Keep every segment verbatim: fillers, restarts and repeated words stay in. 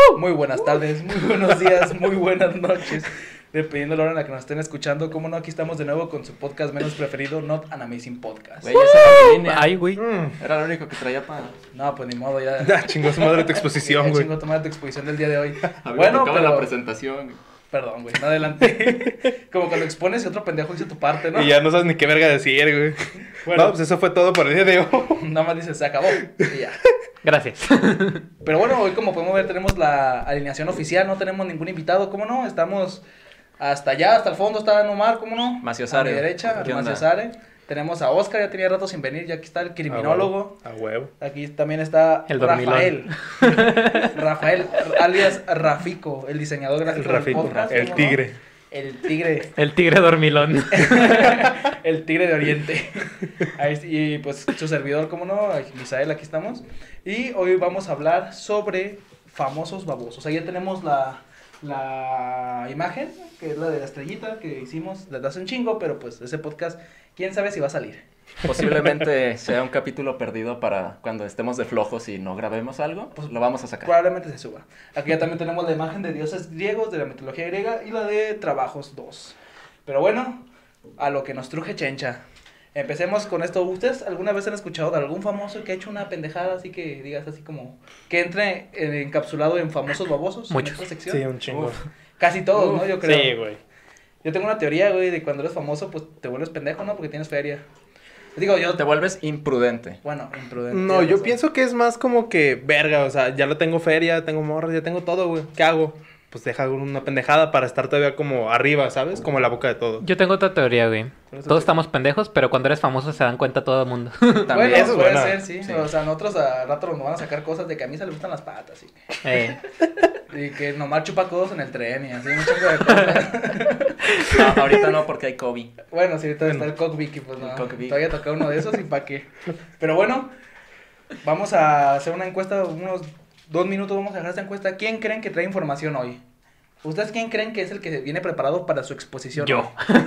Muy buenas tardes, muy buenos días, muy buenas noches. Dependiendo de la hora en la que nos estén escuchando. Como no, aquí estamos de nuevo con su podcast menos preferido, Not an Amazing Podcast. Güey, esa era mi línea. Ay, güey. Mm, Era lo único que traía para... No, pues ni modo, ya. Ya, chingó su madre tu exposición, Ya güey. chingó tu madre tu exposición del día de hoy. A ver, Bueno, tocaba pero... la presentación. Perdón, güey, no adelante. Como cuando expones y otro pendejo dice tu parte, ¿no? Y ya no sabes ni qué verga decir, güey. Bueno, No, pues eso fue todo por el día de hoy. nada más dices, se acabó. Y ya. Gracias. Pero bueno, hoy como podemos ver tenemos la alineación oficial, no tenemos ningún invitado, ¿cómo no? Estamos hasta allá, hasta el fondo está Nomar, ¿cómo no? Maciosare. A mi derecha, ¿Qué onda? Maciosare. Tenemos a Oscar, ya tenía rato sin venir, ya aquí está el criminólogo. A huevo. Aquí también está El dormilón. Rafael. Rafael, alias Rafico, el diseñador El gráfico del Rafito, podcast. el ¿cómo no? tigre. El tigre. El tigre dormilón. El tigre de Oriente. Ahí, está, y pues su servidor, ¿cómo no? Misael, aquí estamos. Y hoy vamos a hablar sobre famosos babosos. Ahí ya tenemos la, la imagen, que es la de la estrellita que hicimos desde hace un chingo, pero pues ese podcast, quién sabe si va a salir. Posiblemente sea un capítulo perdido para cuando estemos de flojos y no grabemos algo, pues lo vamos a sacar. Probablemente se suba. Aquí ya también tenemos la imagen de dioses griegos, de la mitología griega, y la de Trabajos dos. Pero bueno, a lo que nos truje Chencha. Empecemos con esto. ¿Ustedes alguna vez han escuchado de algún famoso que ha hecho una pendejada así que digas así como... que entre eh, encapsulado en famosos babosos? Muchos. En esta sección. Sí, un chingo. Uf, casi todos, ¿no? Yo creo. Sí, güey. Yo tengo una teoría, güey, de cuando eres famoso, pues te vuelves pendejo, ¿no? Porque tienes feria. Digo, yo... Te vuelves imprudente. Bueno, imprudente. No, tienes yo razón. pienso que es más como que, verga, o sea, ya lo tengo feria, tengo morras, ya tengo todo, güey. ¿Qué hago? Pues deja una pendejada para estar todavía como arriba, ¿sabes? Como la boca de todo. Yo tengo otra teoría, güey. ¿Cuál es tu Todos teoría? estamos pendejos, pero cuando eres famoso se dan cuenta todo el mundo. También. Bueno, Eso es puede buena. ser, sí. Sí. O sea, nosotros a rato nos van a sacar cosas de que a mí se le gustan las patas, y, Eh, y que nomás chupa codos en el tren y así, un chingo de cosas. No, ahorita no porque hay COVID. Bueno, sí, ahorita está el cockpit y pues no, El cockpit. todavía toca uno de esos y pa' qué. Pero bueno, vamos a hacer una encuesta, unos dos minutos vamos a dejar esta encuesta. ¿Quién creen que trae información hoy? ¿Ustedes quién creen que es el que viene preparado para su exposición? yo. hoy?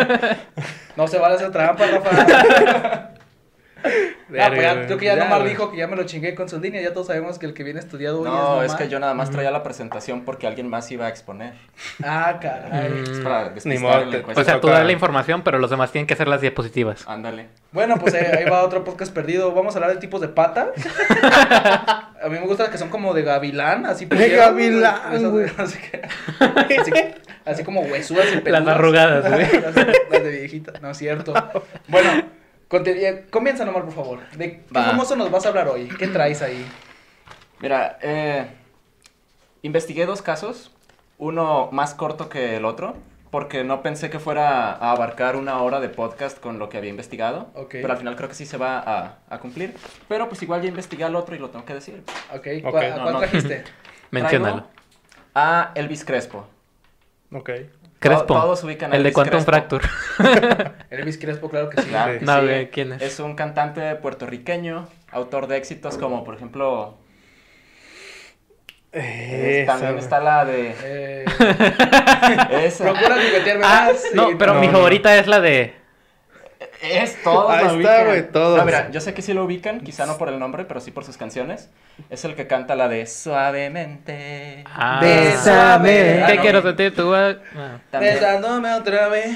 No se vale hacer trampa, Rafa. Ah, pues ya, creo que ya, Ya, Nomar güey. dijo que ya me lo chingué con sus líneas. Ya todos sabemos que el que viene estudiado hoy es No, Nomar. es que yo nada más traía la presentación porque alguien más iba a exponer. Ah, caray. Mm. Es para Ni despistar modo, en la te- encuesta. O sea, tú toca- das la información, pero los demás tienen que hacer las diapositivas. Ándale. Bueno, pues eh, ahí va otro podcast perdido. Vamos a hablar de tipos de patas. A mí me gusta que son como de gavilán, así De pusieron, gavilán, esas de- güey. Así, que- así, así como huesudas y peludas. Las arrugadas, güey. Las, de- las de viejita, no es cierto. Bueno, conte- eh, comienza nomás, por favor. ¿De qué Va. famoso nos vas a hablar hoy? ¿Qué traes ahí? Mira, eh, investigué dos casos, uno más corto que el otro, porque no pensé que fuera a abarcar una hora de podcast con lo que había investigado, Ok. pero al final creo que sí se va a, a cumplir, pero pues igual ya investigué al otro y lo tengo que decir. Ok, Ok, ¿cuál, no, ¿cuál no. trajiste? Menciónalo. Traigo a Elvis Crespo. Ok. Crespo. To- Todos ubican a El de Elvis Quantum Crespo. Fracture. Elvis Crespo, claro que sí. Claro que Sí. No, sí. güey, ¿quién es? Es un cantante puertorriqueño, autor de éxitos como por ejemplo... Eh, también está la de... Eh, Esa. procura divertirme Ah, más. sí, no, pero no, mi no. favorita es la de... Es todo. Ahí está, güey, todos. No, mira, yo sé que sí lo ubican, quizá no por el nombre, pero sí por sus canciones. Es el que canta la de Suavemente. Ah, Bésame. ¿Qué Ah, no. quiero sentir tu... ah. También. Besándome otra vez.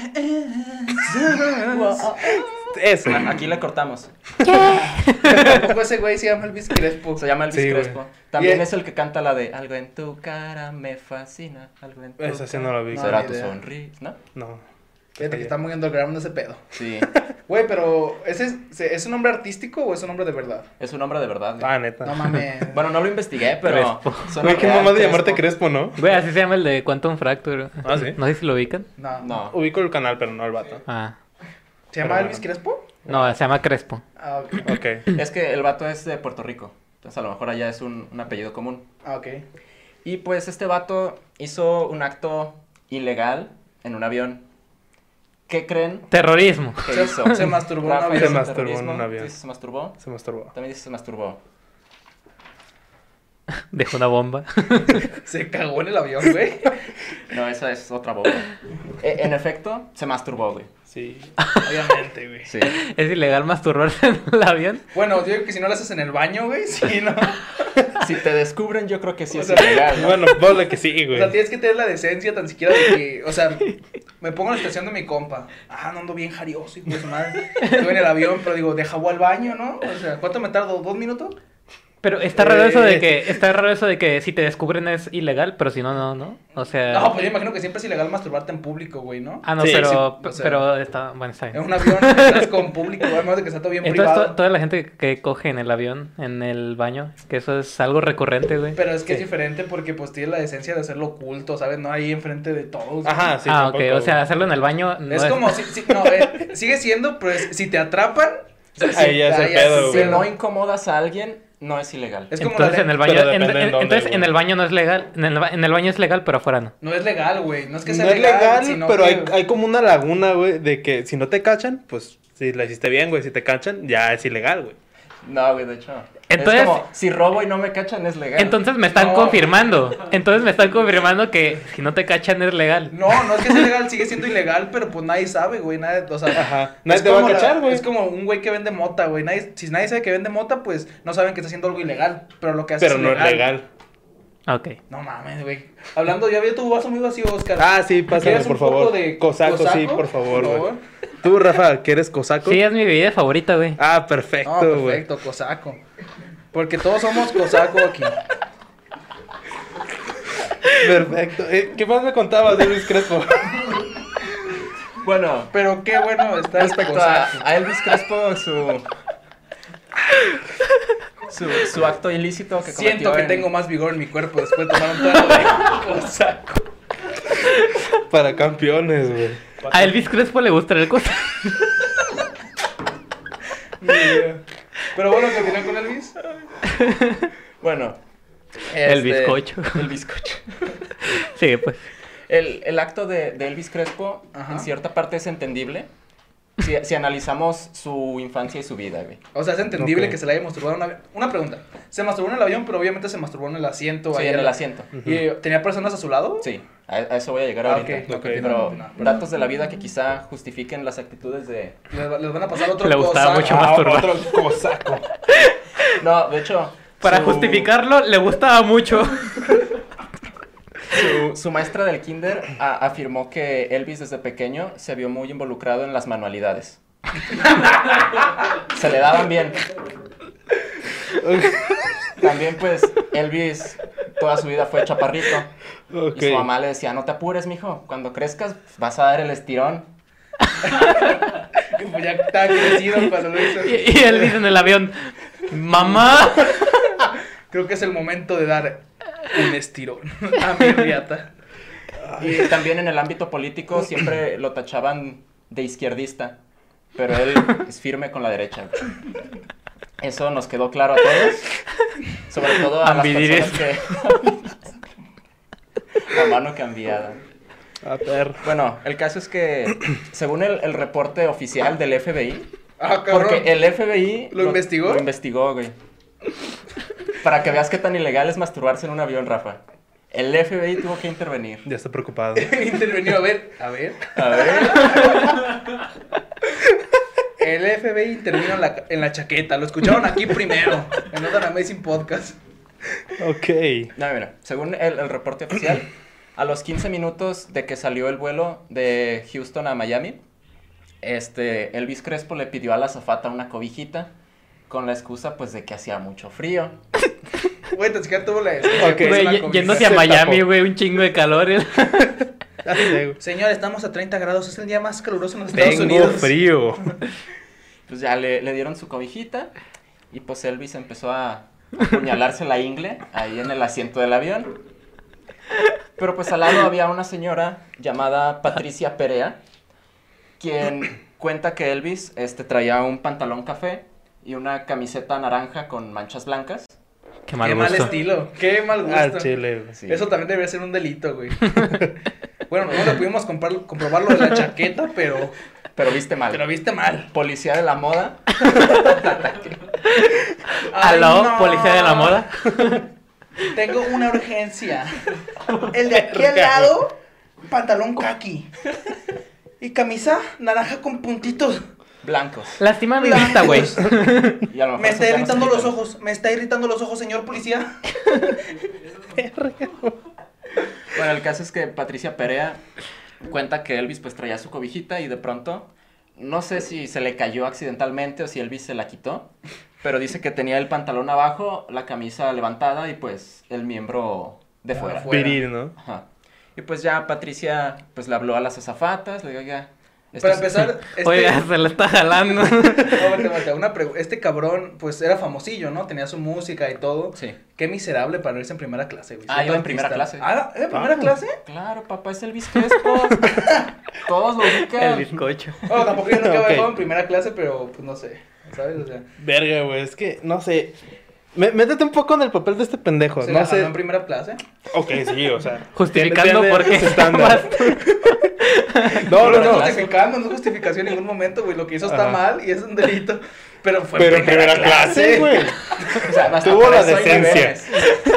Ese. Ah, Aquí le cortamos. Tampoco ese güey se llama Elvis Crespo. Se llama Elvis Sí, güey. Crespo. También Y- es el que canta la de Algo en tu cara me fascina. Algo en tu Esa sí cara no la vi. No, será ni tu idea. sonrisa, ¿no? No. Fíjate que está muy underground ese pedo. Sí, Güey, pero ¿ese es, se- ¿es un nombre artístico o es un nombre de verdad? es un nombre de verdad. güey. Ah, neta. No mames. Bueno, no lo investigué, pero... Crespo. suena Güey, qué real, mamá de Crespo. llamarte Crespo, ¿no? Güey, así se llama el de Quantum Fracture. Ah, ¿sí? No sé si lo ubican. No. No. Ubico el canal, pero no el vato. Ah. ¿Se llama Pero Elvis bueno. Crespo? No, se llama Crespo. Ah, ok. Ok. Es que el vato es de Puerto Rico. Entonces a lo mejor allá es un, un apellido común. Ah, ok. Y pues este vato hizo un acto ilegal en un avión. ¿Qué creen Terrorismo. que Se- hizo? se masturbó en un Rafa avión. hizo Se masturbó en terrorismo. un avión. ¿Tú dices se masturbó? Se masturbó. También dice se masturbó. Dejó una bomba. Se cagó en el avión, güey. No, esa es otra boca. Eh, en efecto, se masturbó, güey. Sí, obviamente, güey. Sí. ¿Es ilegal masturbarse en el avión? Bueno, yo digo que si no lo haces en el baño, güey, sí, ¿no? Si te descubren, yo creo que sí O es sea, ilegal, ¿no? Bueno, ponle que sí, O güey. sea, tienes que tener la decencia tan siquiera de que, o sea, me pongo en la estación de mi compa. Ah, no ando bien jarioso, hijo de su madre. Estoy en el avión, pero digo, deja voy al baño, ¿no? O sea, ¿cuánto me tardo? ¿Dos minutos? Pero está raro eso de Eh. que está raro eso de que si te descubren es ilegal, pero si no, no, ¿no? O sea... No, pues yo imagino que siempre es ilegal masturbarte en público, güey, ¿no? Ah, no, Sí, pero, sí, p- o sea, pero está... Bueno, está En bien. un avión estás con público, güey, a menos de que sea todo bien Entonces, privado. to- toda la gente que coge en el avión, en el baño, que eso es algo recurrente, güey. Pero es que es Sí. diferente porque pues tiene la decencia de hacerlo oculto, ¿sabes? No ahí enfrente de todos. Ajá, sí. ah, ok, tampoco, o sea, güey. hacerlo en el baño no es, es... como si, si- no, eh, sigue siendo, pues si te atrapan, o sea, Ahí ya es el pedo, Si güey. no incomodas a alguien, no es ilegal. Es como Entonces la en el de- baño, Pero en- depende en- en dónde, entonces en güey. el baño no es legal, en el, ba- en el baño es legal, pero afuera no. no es legal, güey, no es que sea No es legal, sino pero que- hay, hay como una laguna, güey, de que si no te cachan, pues si la hiciste bien, güey. Si te cachan, ya es ilegal, güey. No, güey, de hecho. Entonces- es como, si robo y no me cachan, es legal. Entonces me están No. confirmando, entonces me están confirmando que si no te cachan es legal. No, no es que sea legal, sigue siendo ilegal, pero pues nadie sabe, güey, nadie, o sea, Ajá. Nadie es te va a como la- cachar, güey. Es como un güey que vende mota, güey, nadie, si nadie sabe que vende mota, pues no saben que está haciendo algo ilegal, pero lo que hace Pero es no legal. es legal. Ok. No mames, güey. Hablando, ya vi tu vaso muy vacío, Oscar. Ah, sí, pásame, ¿Quieres por un poco favor. de Cosaco, cosaco? sí, por favor, Por güey. Tú, Rafa, ¿que eres cosaco? Sí, es mi bebida favorita, güey. Ah, No, perfecto, güey. perfecto, cosaco. Porque todos somos cosaco aquí. Perfecto. Eh, ¿Qué más me contabas de Luis Crespo? Bueno, Pero qué bueno está el respecto a, cosaco. a Elvis Crespo, su, su. Su acto ilícito que cometió Siento que en- tengo más vigor en mi cuerpo después de tomar un trago de cosaco. Para campeones, güey. A Elvis Crespo le gusta el cosa. Pero bueno, continúa con Elvis. Bueno. El este, bizcocho. El bizcocho. Sí, pues. El, el acto de, de Elvis Crespo, Ajá. en cierta parte es entendible. Si, si analizamos su infancia y su vida, güey. O sea, es entendible Ok. que se le haya masturbado en un avión. Una pregunta. Se masturbó en el avión, pero obviamente se masturbó en el asiento. Sí, ahí en al- el asiento. ¿Y eh, tenía personas a su lado? Sí, a, a eso voy a llegar Ah, ahorita. ok, no, Ok. continúa, Pero continúa. datos de la vida que quizá justifiquen las actitudes de... Les, va- les van a pasar otro Le gustaba cosaco. mucho Ah, masturbar. otro cosaco. No, de hecho... Para su- justificarlo, le gustaba mucho. Su, su maestra del kinder a- afirmó que Elvis desde pequeño se vio muy involucrado en las manualidades. Se le daban bien. También pues Elvis toda su vida fue chaparrito. Ok. Y su mamá le decía, no te apures, mijo, cuando crezcas vas a dar el estirón. Pues ya estaba crecido cuando lo hizo. Y, y Elvis en el avión. ¡Mamá! Creo que es el momento de dar un estirón a mi riata. Y también en el ámbito político siempre lo tachaban de izquierdista, pero él es firme con la derecha. Eso nos quedó claro a todos, sobre todo a las personas que... A mano cambiada. A ver. Bueno, el caso es que, según el, el reporte oficial del F B I, Ah, cabrón. porque el F B I... ¿Lo investigó? Lo investigó, güey. Para que veas qué tan ilegal es masturbarse en un avión, Rafa. El F B I tuvo que intervenir. Ya está preocupado. Intervenió, a ver, a ver. A ver... El F B I intervino en la, en la chaqueta. Lo escucharon aquí primero. En Not An Amazing Podcast. Ok. No, mira, según el, el reporte oficial, a los quince minutos de que salió el vuelo de Houston a Miami, este, Elvis Crespo le pidió a la azafata una cobijita con la excusa, pues, de que hacía mucho frío. Güey, te siquiera tuvo la Ok. Güey, y- yéndose a Se Miami, tapó. güey, un chingo de calor. ¿eh? Ya sé, güey. Señor, estamos a treinta grados. Es el día más caluroso en los Estados Tengo Unidos. frío. Pues ya le, le dieron su cobijita y pues Elvis empezó a apuñalarse la ingle ahí en el asiento del avión. Pero pues al lado había una señora llamada Patricia Perea, quien cuenta que Elvis este, traía un pantalón café y una camiseta naranja con manchas blancas. Qué mal Qué mal gusto. estilo. Qué mal gusto. Al chile, güey. Sí. Eso también debería ser un delito, güey. Bueno, no le pudimos comprar, comprobar lo de la chaqueta, pero, Pero viste mal. pero viste mal. Policía de la moda. Ay, Aló, no. policía de la moda. Tengo una urgencia. El de aquí al lado, pantalón kaki. y camisa naranja con puntitos. Blancos. Lástima mi vista, güey. Y a lo mejor Me esos está ya no irritando se los quitan. ojos, me está irritando los ojos, señor policía. Bueno, el caso es que Patricia Perea cuenta que Elvis pues traía su cobijita y de pronto, no sé si se le cayó accidentalmente o si Elvis se la quitó, pero dice que tenía el pantalón abajo, la camisa levantada y pues el miembro de Ah, fuera. fuera. Viril, ¿no? Ajá. Y pues ya Patricia pues le habló a las azafatas, le dijo, ya. Para empezar, este... Oiga, se la está jalando. No, vete, vete, una pregu- este cabrón, pues, era famosillo, ¿no? Tenía su música y todo. Sí. Qué miserable para irse en primera clase, güey. Ah, Siendo iba en primera artista. clase. Ah, ¿era en primera Ah. clase? Claro, papá, es Elvis Crespo. Todos lo ubican. El bizcocho. No, tampoco yo nunca había Ok. bajado en primera clase, pero, pues, no sé, ¿sabes? O sea, Verga, güey, es que, no sé. Me- métete un poco en el papel de este pendejo, ¿se no la jaló sé. en primera clase? Ok, sí, o sea. Justificando tiene- por tiene qué ese estándar. No, no, No, no. no justificando, no es justificación en ningún momento, güey. Lo que hizo está Ajá. mal y es un delito. Pero fue Pero en primera clase, güey. O sea, hasta Tuvo por la eso hay decencia. niveles.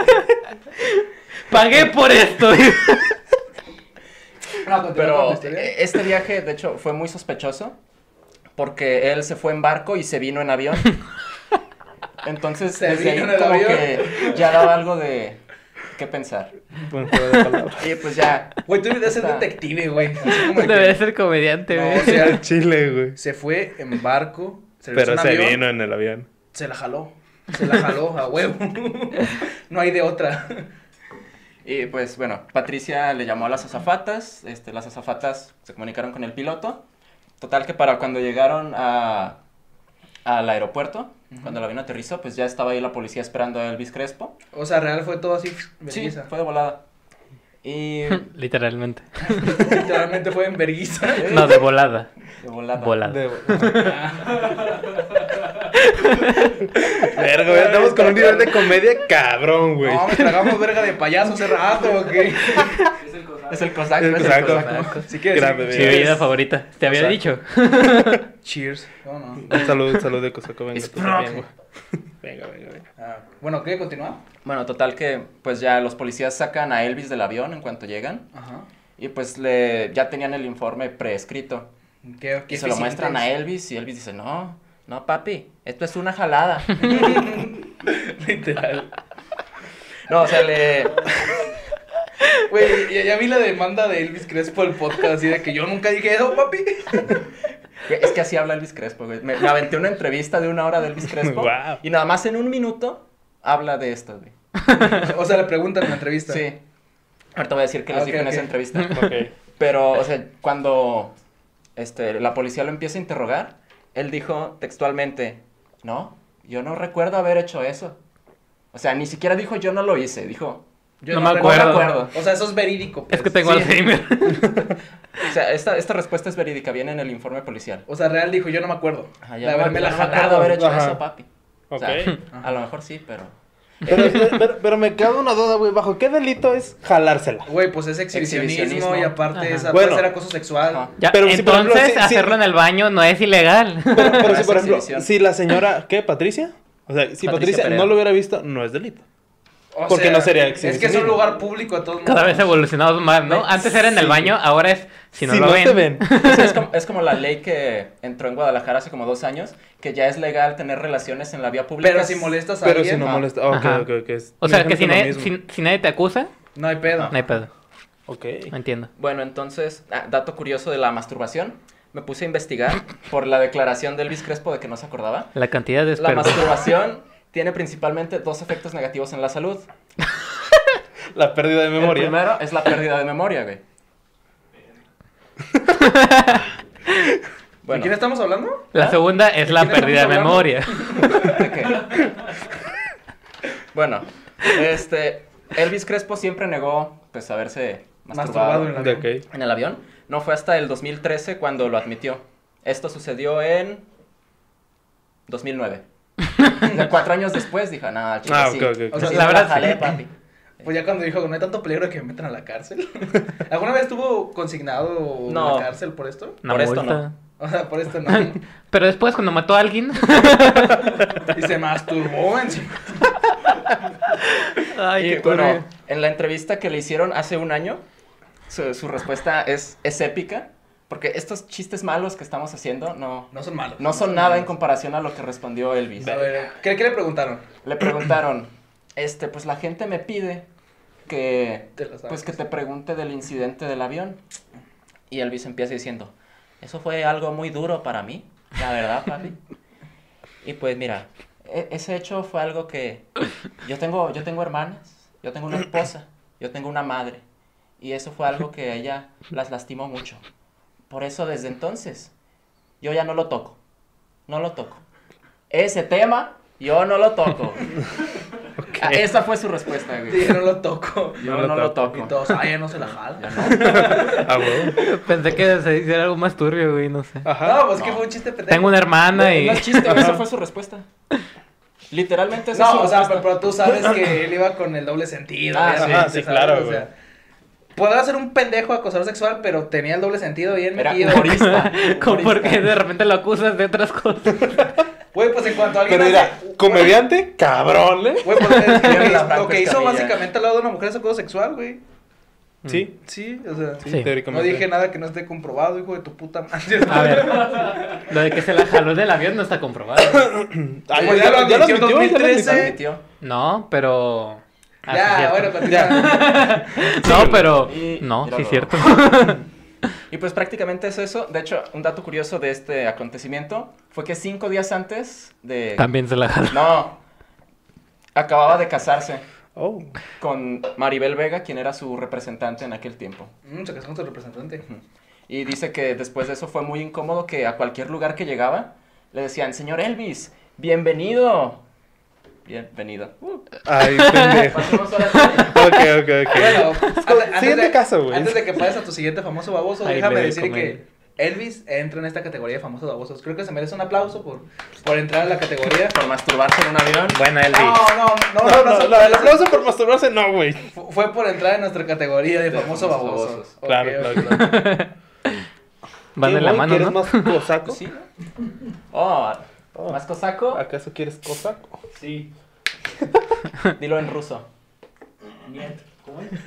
Pagué por esto. No, continúa con Pero la historia. eh, este viaje, de hecho, fue muy sospechoso. Porque él se fue en barco y se vino en avión. Entonces, Se desde ahí vino en el como avión. que ya daba algo de qué pensar. Buen juego de palabras. Y pues ya, Güey, tú deberías ser Está- detective, güey. Así como de Debe que ser comediante, No, güey. o sea, El Chile, güey. se fue en barco, se regresó Pero en se avión, vino en el avión. se la jaló. Se la jaló a huevo. No hay de otra. y pues bueno, Patricia le llamó a las azafatas, este, las azafatas se comunicaron con el piloto. Total que para cuando llegaron a, al aeropuerto, cuando el avión aterrizó, pues ya estaba ahí la policía esperando a Elvis Crespo. O sea, real fue todo así. Sí, Vergüenza. fue de volada. Y Literalmente. Literalmente fue en vergüenza. No, de volada. de volada. Volada. De- Verga, güey. Estamos con un nivel de comedia cabrón, güey. No, me tragamos verga de payaso hace rato, ¿ok? Es el cosaco, El es cosaco. el cosaco. Si quieres. Grande, sí, Mi Cheers. bebida favorita. Te había Exacto. dicho. Cheers. No, no. Un saludo, un saludo de Cosaco. Venga, Es tú también, rock. güey. Venga, venga, venga. Ah, bueno, ¿qué? ¿Continúa? Bueno, total que pues ya los policías sacan a Elvis del avión en cuanto llegan. Ajá. Y pues le ya tenían el informe preescrito. ¿Qué, qué Y se lo muestran a Elvis y Elvis dice, no, no papi, esto es una jalada. Literal. No, o sea, le... Güey, ya, ya vi la demanda de Elvis Crespo el podcast, así de que yo nunca dije eso, papi. Es que así habla Elvis Crespo, güey. Me, me aventé una entrevista de una hora de Elvis Crespo. Guau. Y nada más en un minuto habla de esto, güey. O sea, le preguntan en la entrevista. Sí. Ahorita voy a decir qué les Ah, dijo ok, en esa ok. entrevista. Ok. Pero, o sea, cuando este, la policía lo empieza a interrogar, él dijo textualmente, no, yo no recuerdo haber hecho eso. O sea, ni siquiera dijo yo no lo hice, dijo, Yo No me recuerdo. acuerdo. O sea, eso es verídico. pues. Es que tengo Sí. Alzheimer. o sea, esta, esta respuesta es verídica, viene en el informe policial. O sea, real dijo, yo no me acuerdo. Ajá, de ya no, haberme yo la no me acuerdo jalado. haber hecho Ajá. eso, papi. O Ok. sea, a lo mejor sí, pero... Pero, pero, pero me queda una duda, güey. ¿Bajo qué delito es jalársela? Güey, pues es exhibicionismo, Exhibicionismo. y aparte Ajá. es, puede Bueno. ser acoso sexual. Ajá. Ya, Pero si, por entonces, ejemplo, sí- sí- hacerlo en el baño no es ilegal. Pero, pero No si, es por ejemplo, exhibición. si la señora, ¿qué? ¿Patricia? O sea, si Patricia Patricia, Perea. no lo hubiera visto, no es delito. O ¿Por qué sea, no sería Es que es un exhibicionismo? lugar público a todos modos. Cada vez evolucionamos más, ¿no? Antes era en el Sí. baño, ahora es si no si lo no ven. te ven. O sea, es, como, es como la ley que entró en Guadalajara hace como dos años, que ya es legal tener relaciones en la vía pública. Pero si molestas a Pero alguien, si no Ah. molesta. Ok, Ajá. ok, ok. es- O sea, me que si imagino nadie, lo mismo. si, si nadie te acusa, no hay pedo. no hay pedo. Ok. No entiendo. Bueno, entonces, ah, dato curioso de la masturbación, me puse a investigar por la declaración de Elvis Crespo de que no se acordaba. La cantidad de La esperma. masturbación tiene principalmente dos efectos negativos en la salud. La pérdida de memoria. El primero es la pérdida de memoria, güey. ¿De Bueno, quién estamos hablando? La ¿Ah? segunda es ¿De la quién pérdida de estamos hablando? memoria. ¿de qué? Bueno, este, Elvis Crespo siempre negó, pues, haberse Masturbado masturbado, en la- De ok. en el avión. No fue hasta el dos mil trece cuando lo admitió. Esto sucedió en dos mil nueve. O sea, cuatro años después dijo, no, chico, Ah, sí. ok, ok, ok. O sea, Sí la me verdad, jalé, sí. papi. Pues ya cuando dijo que no hay tanto peligro de que me metan a la cárcel. ¿Alguna vez estuvo consignado No. a la cárcel por esto? Una Por esto multa. no. O sea, por esto no. Pero después, cuando mató a alguien. Y se masturbó encima. Ay, Y qué bueno, bueno. en la entrevista que le hicieron hace un año, su, su respuesta es, es épica, Porque estos chistes malos que estamos haciendo no, No son malos. no son nada en malos. comparación a lo que respondió Elvis. A ver, ¿qué, qué le preguntaron? Le preguntaron, este, pues la gente me pide que, Te la sabes. pues que te pregunte del incidente del avión. Y Elvis empieza diciendo, eso fue algo muy duro para mí, la verdad, papi. Y pues mira, e- ese hecho fue algo que yo tengo, yo tengo hermanas, yo tengo una esposa, yo tengo una madre. Y eso fue algo que a ella las lastimó mucho. Por eso desde entonces yo ya no lo toco, no lo toco. Ese tema yo no lo toco. Ah, esa fue su respuesta, güey. Sí, no lo toco. Yo No no, lo lo toco. Y toco. todos, ay, ya no se la jala. Ya no. Ah, huevo. Pensé que se hiciera algo más turbio, güey, no sé. Ajá. No, pues que No. fue un chiste pendejo. Tengo una hermana y... No es chiste, esa fue su respuesta. Literalmente esa es su No, o sea, respuesta. pero, pero tú sabes que él iba con el doble sentido. Ah, obviamente, sí, sí, ¿sabes? claro, O sea, podrá ser un pendejo acosador sexual, pero tenía el doble sentido bien Era metido. humorista. ¿Cómo humorista. porque de repente lo acusas de otras cosas? Güey, pues en cuanto alguien Pero mira, hace- comediante, cabrón, ¿eh? Güey, pues es que lo que- La lo Franco que hizo Escamilla. básicamente al lado de una mujer es acoso sexual, güey. Sí, Sí, o sea, sí, Sí. no teóricamente. dije nada que no esté comprobado, hijo de tu puta madre. A ver, lo de que se la jaló del avión no está comprobado. Ah, Pues ya, ya lo lo- ya lo admitió en admitió, ya lo dos mil trece. admitió. Admitió. No, pero... Ah, sí, Ya, cierto. bueno, continúa. No, pero... Y- No, mira, sí, lo- cierto. Y pues prácticamente es eso. De hecho, un dato curioso de este acontecimiento fue que cinco días antes de... También se la jaló. No, acababa de casarse Oh. con Maribel Vega, quien era su representante en aquel tiempo. Mm, se casó con su representante. Y dice que después de eso fue muy incómodo que a cualquier lugar que llegaba le decían, señor Elvis, bienvenido. Bienvenido. Uh, Ay, pendejo. pasemos ahora sí. Ok, ok, ok. Bueno, antes, Siguiente de, caso, güey. antes de que pases a tu siguiente famoso baboso, Ahí déjame le decir comedia. que Elvis entra en esta categoría de famosos babosos. Creo que se merece un aplauso por, por entrar a la categoría. Por masturbarse en un avión. Buena, Elvis. No, no, no, No, no, no, no, no, el aplauso por masturbarse, no, güey. fu- Fue por entrar en nuestra categoría de De famoso famosos baboso. babosos. Ok, Claro, ok. claro, claro. Van ¿Qué, de la güey? mano, ¿Quieres ¿no? más cosaco? Pues sí, ¿no? Oh, Oh. ¿más cosaco? ¿Acaso quieres cosaco? Sí. Dilo en ruso. ¿Cómo es?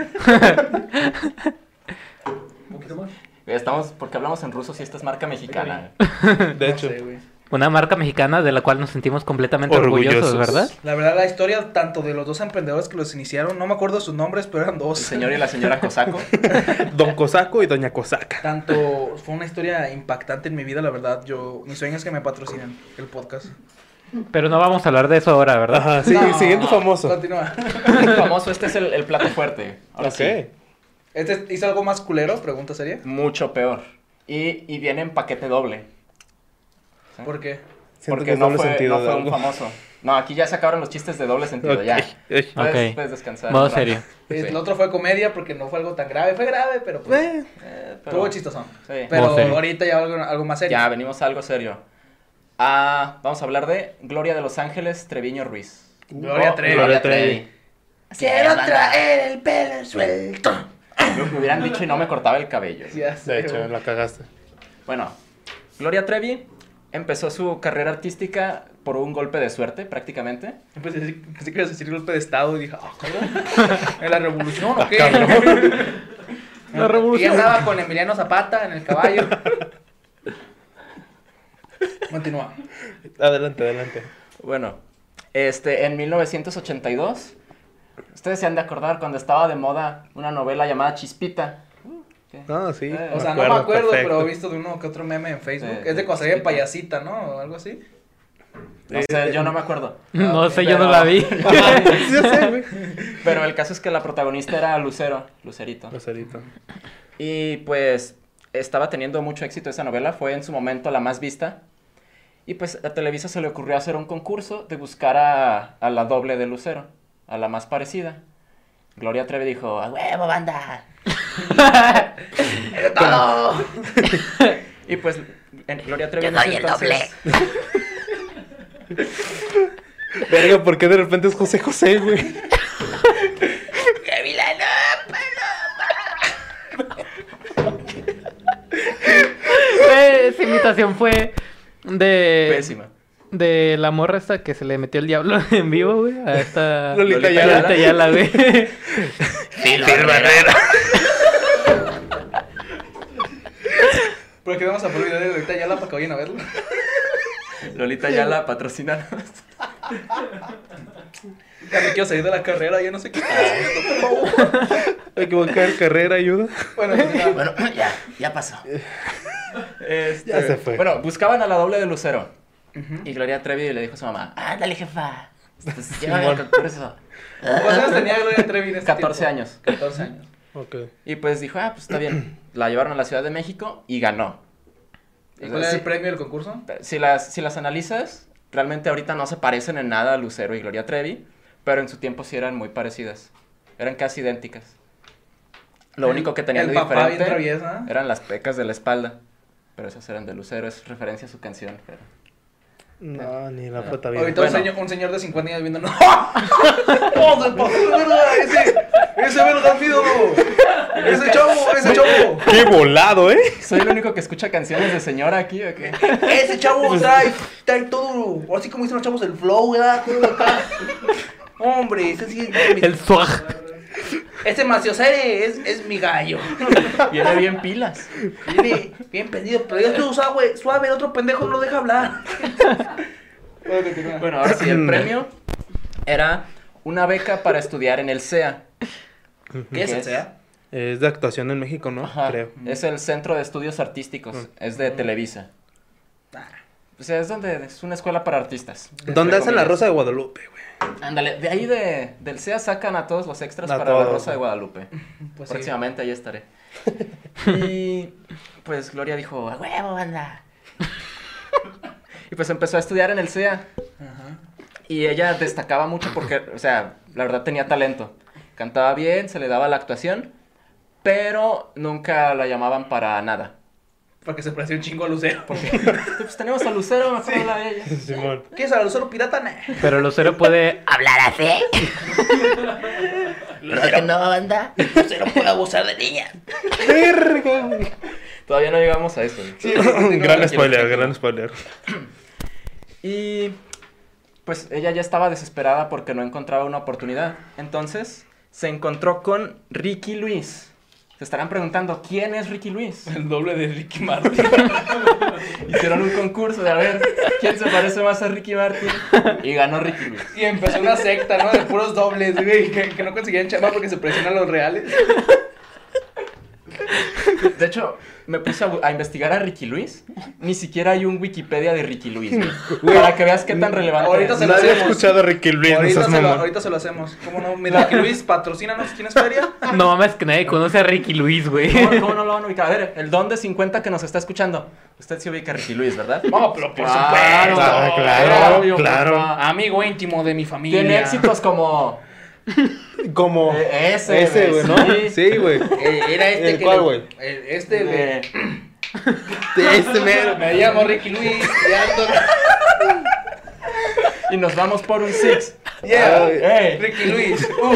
¿Un poquito más? Estamos, porque hablamos en ruso si esta es marca mexicana. De No hecho. sé, güey. Una marca mexicana de la cual nos sentimos completamente Orgullosos. orgullosos, ¿verdad? La verdad, la historia tanto de los dos emprendedores que los iniciaron, no me acuerdo sus nombres, pero eran dos. El señor y la señora cosaco. Don Cosaco y Doña Cosaca. Tanto fue una historia impactante en mi vida, la verdad. Yo, mi sueño es que me patrocinen el podcast. Pero no vamos a hablar de eso ahora, ¿verdad? Ajá, sí, No, siguiente famoso. Continúa. Famoso, este es el, el plato fuerte. Ahora Ok. sí. ¿Este hizo algo más culero? Pregunta seria. Mucho peor. Y, y viene en paquete doble. ¿Por qué? Siento Porque que es no doble fue, sentido no de fue un algo. famoso. No, aquí ya se acabaron los chistes de doble sentido, Ok, ya. ok. Puedes, Ok. puedes descansar. Modo un rato. serio. Sí. El otro fue comedia porque no fue algo tan grave. Fue grave, pero pues, Eh, Eh, pero- estuvo chistosón. Sí. Pero Modo serio. ahorita ya algo, algo más serio. Ya, venimos a algo serio. Ah, vamos a hablar de Gloria de Los Ángeles Treviño Ruiz. Gloria Oh, Trevi. Gloria Trevi. Quiero traer el pelo suelto. Me, me hubieran dicho y no me cortaba el cabello. Ya sé, De hecho, güey. la cagaste. Bueno, Gloria Trevi empezó su carrera artística por un golpe de suerte, prácticamente. Pensé, pensé que ibas a decir golpe de estado y dije, ah, cabrón. ¿En la revolución o qué? La revolución. Y andaba con Emiliano Zapata en el caballo. Continúa. Adelante, adelante. Bueno, este, en mil novecientos ochenta y dos, ustedes se han de acordar cuando estaba de moda una novela llamada Chispita. ¿Qué? Ah, sí. Eh, O sea, no me acuerdo, pero he visto de uno que otro meme en Facebook. Sí, es de sí, cuando salía sí. payasita, ¿no? O algo así. No sé, yo no me acuerdo. No sé, yo pero- no la vi. Sí, ya sé, güey. Pero el caso es que la protagonista era Lucero, Lucerito. Lucerito. Y pues estaba teniendo mucho éxito esa novela, fue en su momento la más vista. Y pues a Televisa se le ocurrió hacer un concurso de buscar a, a la doble de Lucero, a la más parecida. Gloria Trevi dijo, ¡a huevo, banda! ¡Todo! Y pues en Gloria Trevi en ese entonces... Verga, ¿por qué de repente es José José, güey? Güey, esa imitación fue de... Pésima. De la morra esta que se le metió el diablo en vivo, güey. A esta... Lolita Ayala. Lolita Ayala, güey. quedamos a por video de Lolita Ayala para que vayan a verlo. Lolita Ayala, patrocínanos. Ya me quiero salir de la carrera, ya no sé qué estoy haciendo, por favor. Hay que buscar carrera, ayuda. Bueno, pues, ya. Bueno, ya, ya pasó. Este, Ya se fue. Bueno, buscaban a la doble de Lucero. Ujú. Y Gloria Trevi le dijo a su mamá, ándale, jefa. Pues, llévame al concurso. ¿Cuántos años tenía Gloria Trevi en ese catorce tiempo? años. catorce años. Ok. Y pues dijo, ah, pues está bien. La llevaron a la Ciudad de México y ganó. ¿Y cuál era Sí, el premio del concurso? Si las, si las analizas, realmente ahorita no se parecen en nada a Lucero y Gloria Trevi, pero en su tiempo sí eran muy parecidas. Eran casi idénticas. Lo El- único que tenían el de papá bien diferente traviesa. eran las pecas de la espalda. Pero esas eran de Lucero, es referencia a su canción. Pero... No, ni la puta vida. Ahorita Bueno. un, señor, un señor de cincuenta años viendo, ¡no! ¡Oh, se pasó de verga! ¡Ese! ¡Ese verga ha sido! ¡Ese chavo! ¡Ese chavo! Qué volado, ¿eh? ¿Soy el único que escucha canciones de señora aquí o qué? Ese chavo trae, trae todo, así como dicen los chavos, el flow, ¿verdad? Todo acá. Hombre, ese sí es... El swag. Ese Maciosere es, es mi gallo. Viene bien pilas. Viene bien pendido, pero yo estoy suave, suave, el otro pendejo no lo deja hablar. Bueno, ahora sí, el premio era una beca para estudiar en el C E A. ¿Qué es ¿Qué el es? C E A? Es de actuación en México, ¿no? Ajá, Creo. es el Centro de Estudios Artísticos, es de Televisa. O sea, es donde es una escuela para artistas. ¿Dónde hacen la comillas. Rosa de Guadalupe, güey? Ándale, de ahí de, del C E A sacan a todos los extras A para la todos. Rosa de Guadalupe. Pues sí. Próximamente ahí estaré. Y pues Gloria dijo, a huevo, banda. Y pues empezó a estudiar en el C E A. Ajá. Y ella destacaba mucho porque, o sea, la verdad tenía talento. Cantaba bien, se le daba la actuación, pero nunca la llamaban para nada. Porque se pareció un chingo a Lucero. Pues tenemos a Lucero, mejor habla de ella. Simón. ¿Qué es a Lucero pirata? Nah. Pero Lucero puede ¿Hablar así? ¿Verdad que no, banda? Lucero puede abusar de niñas. Verga, güey. Todavía no llegamos a eso. Gran spoiler, gran spoiler. Y pues ella ya estaba desesperada porque no encontraba una oportunidad. Entonces se encontró con Ricky Luis. Se estarán preguntando, ¿quién es Ricky Luis? El doble de Ricky Martin. Hicieron un concurso de a ver quién se parece más a Ricky Martin. Y ganó Ricky Luis. Y empezó una secta, ¿no? De puros dobles, güey. Que, que no conseguían chamba porque se presionan los reales. De hecho, me puse a, bu- a investigar a Ricky Luis. Ni siquiera hay un Wikipedia de Ricky Luis, güey. Para que veas qué tan relevante Ahorita es. se lo Nadie ha hacemos. escuchado a Ricky Luis, no Ahorita seas se, lo, mamón. ahorita se lo hacemos. ¿Cómo no? Mira, Ricky Luis, patrocínanos. ¿Tienes feria? No mames, que nadie conoce a Ricky Luis, güey. ¿Cómo, cómo no lo van a ubicar? A ver, el don de cincuenta que nos está escuchando. Usted sí ubica a Ricky Luis, ¿verdad? No, pero por Claro, supuesto. Ah, claro, obvio, claro. papá. Amigo íntimo de mi familia. Tiene éxitos como... Como Eh, ese, ese, güey, güey, ¿no? sí. Sí, güey. Eh, era este ¿El que. cuál, le- güey? el- Este, el de. Eh, Este mero. Me llamo Ricky Luis. Y ando. y nos vamos por un six. Yeah. Ey. Ricky Luis. Uh.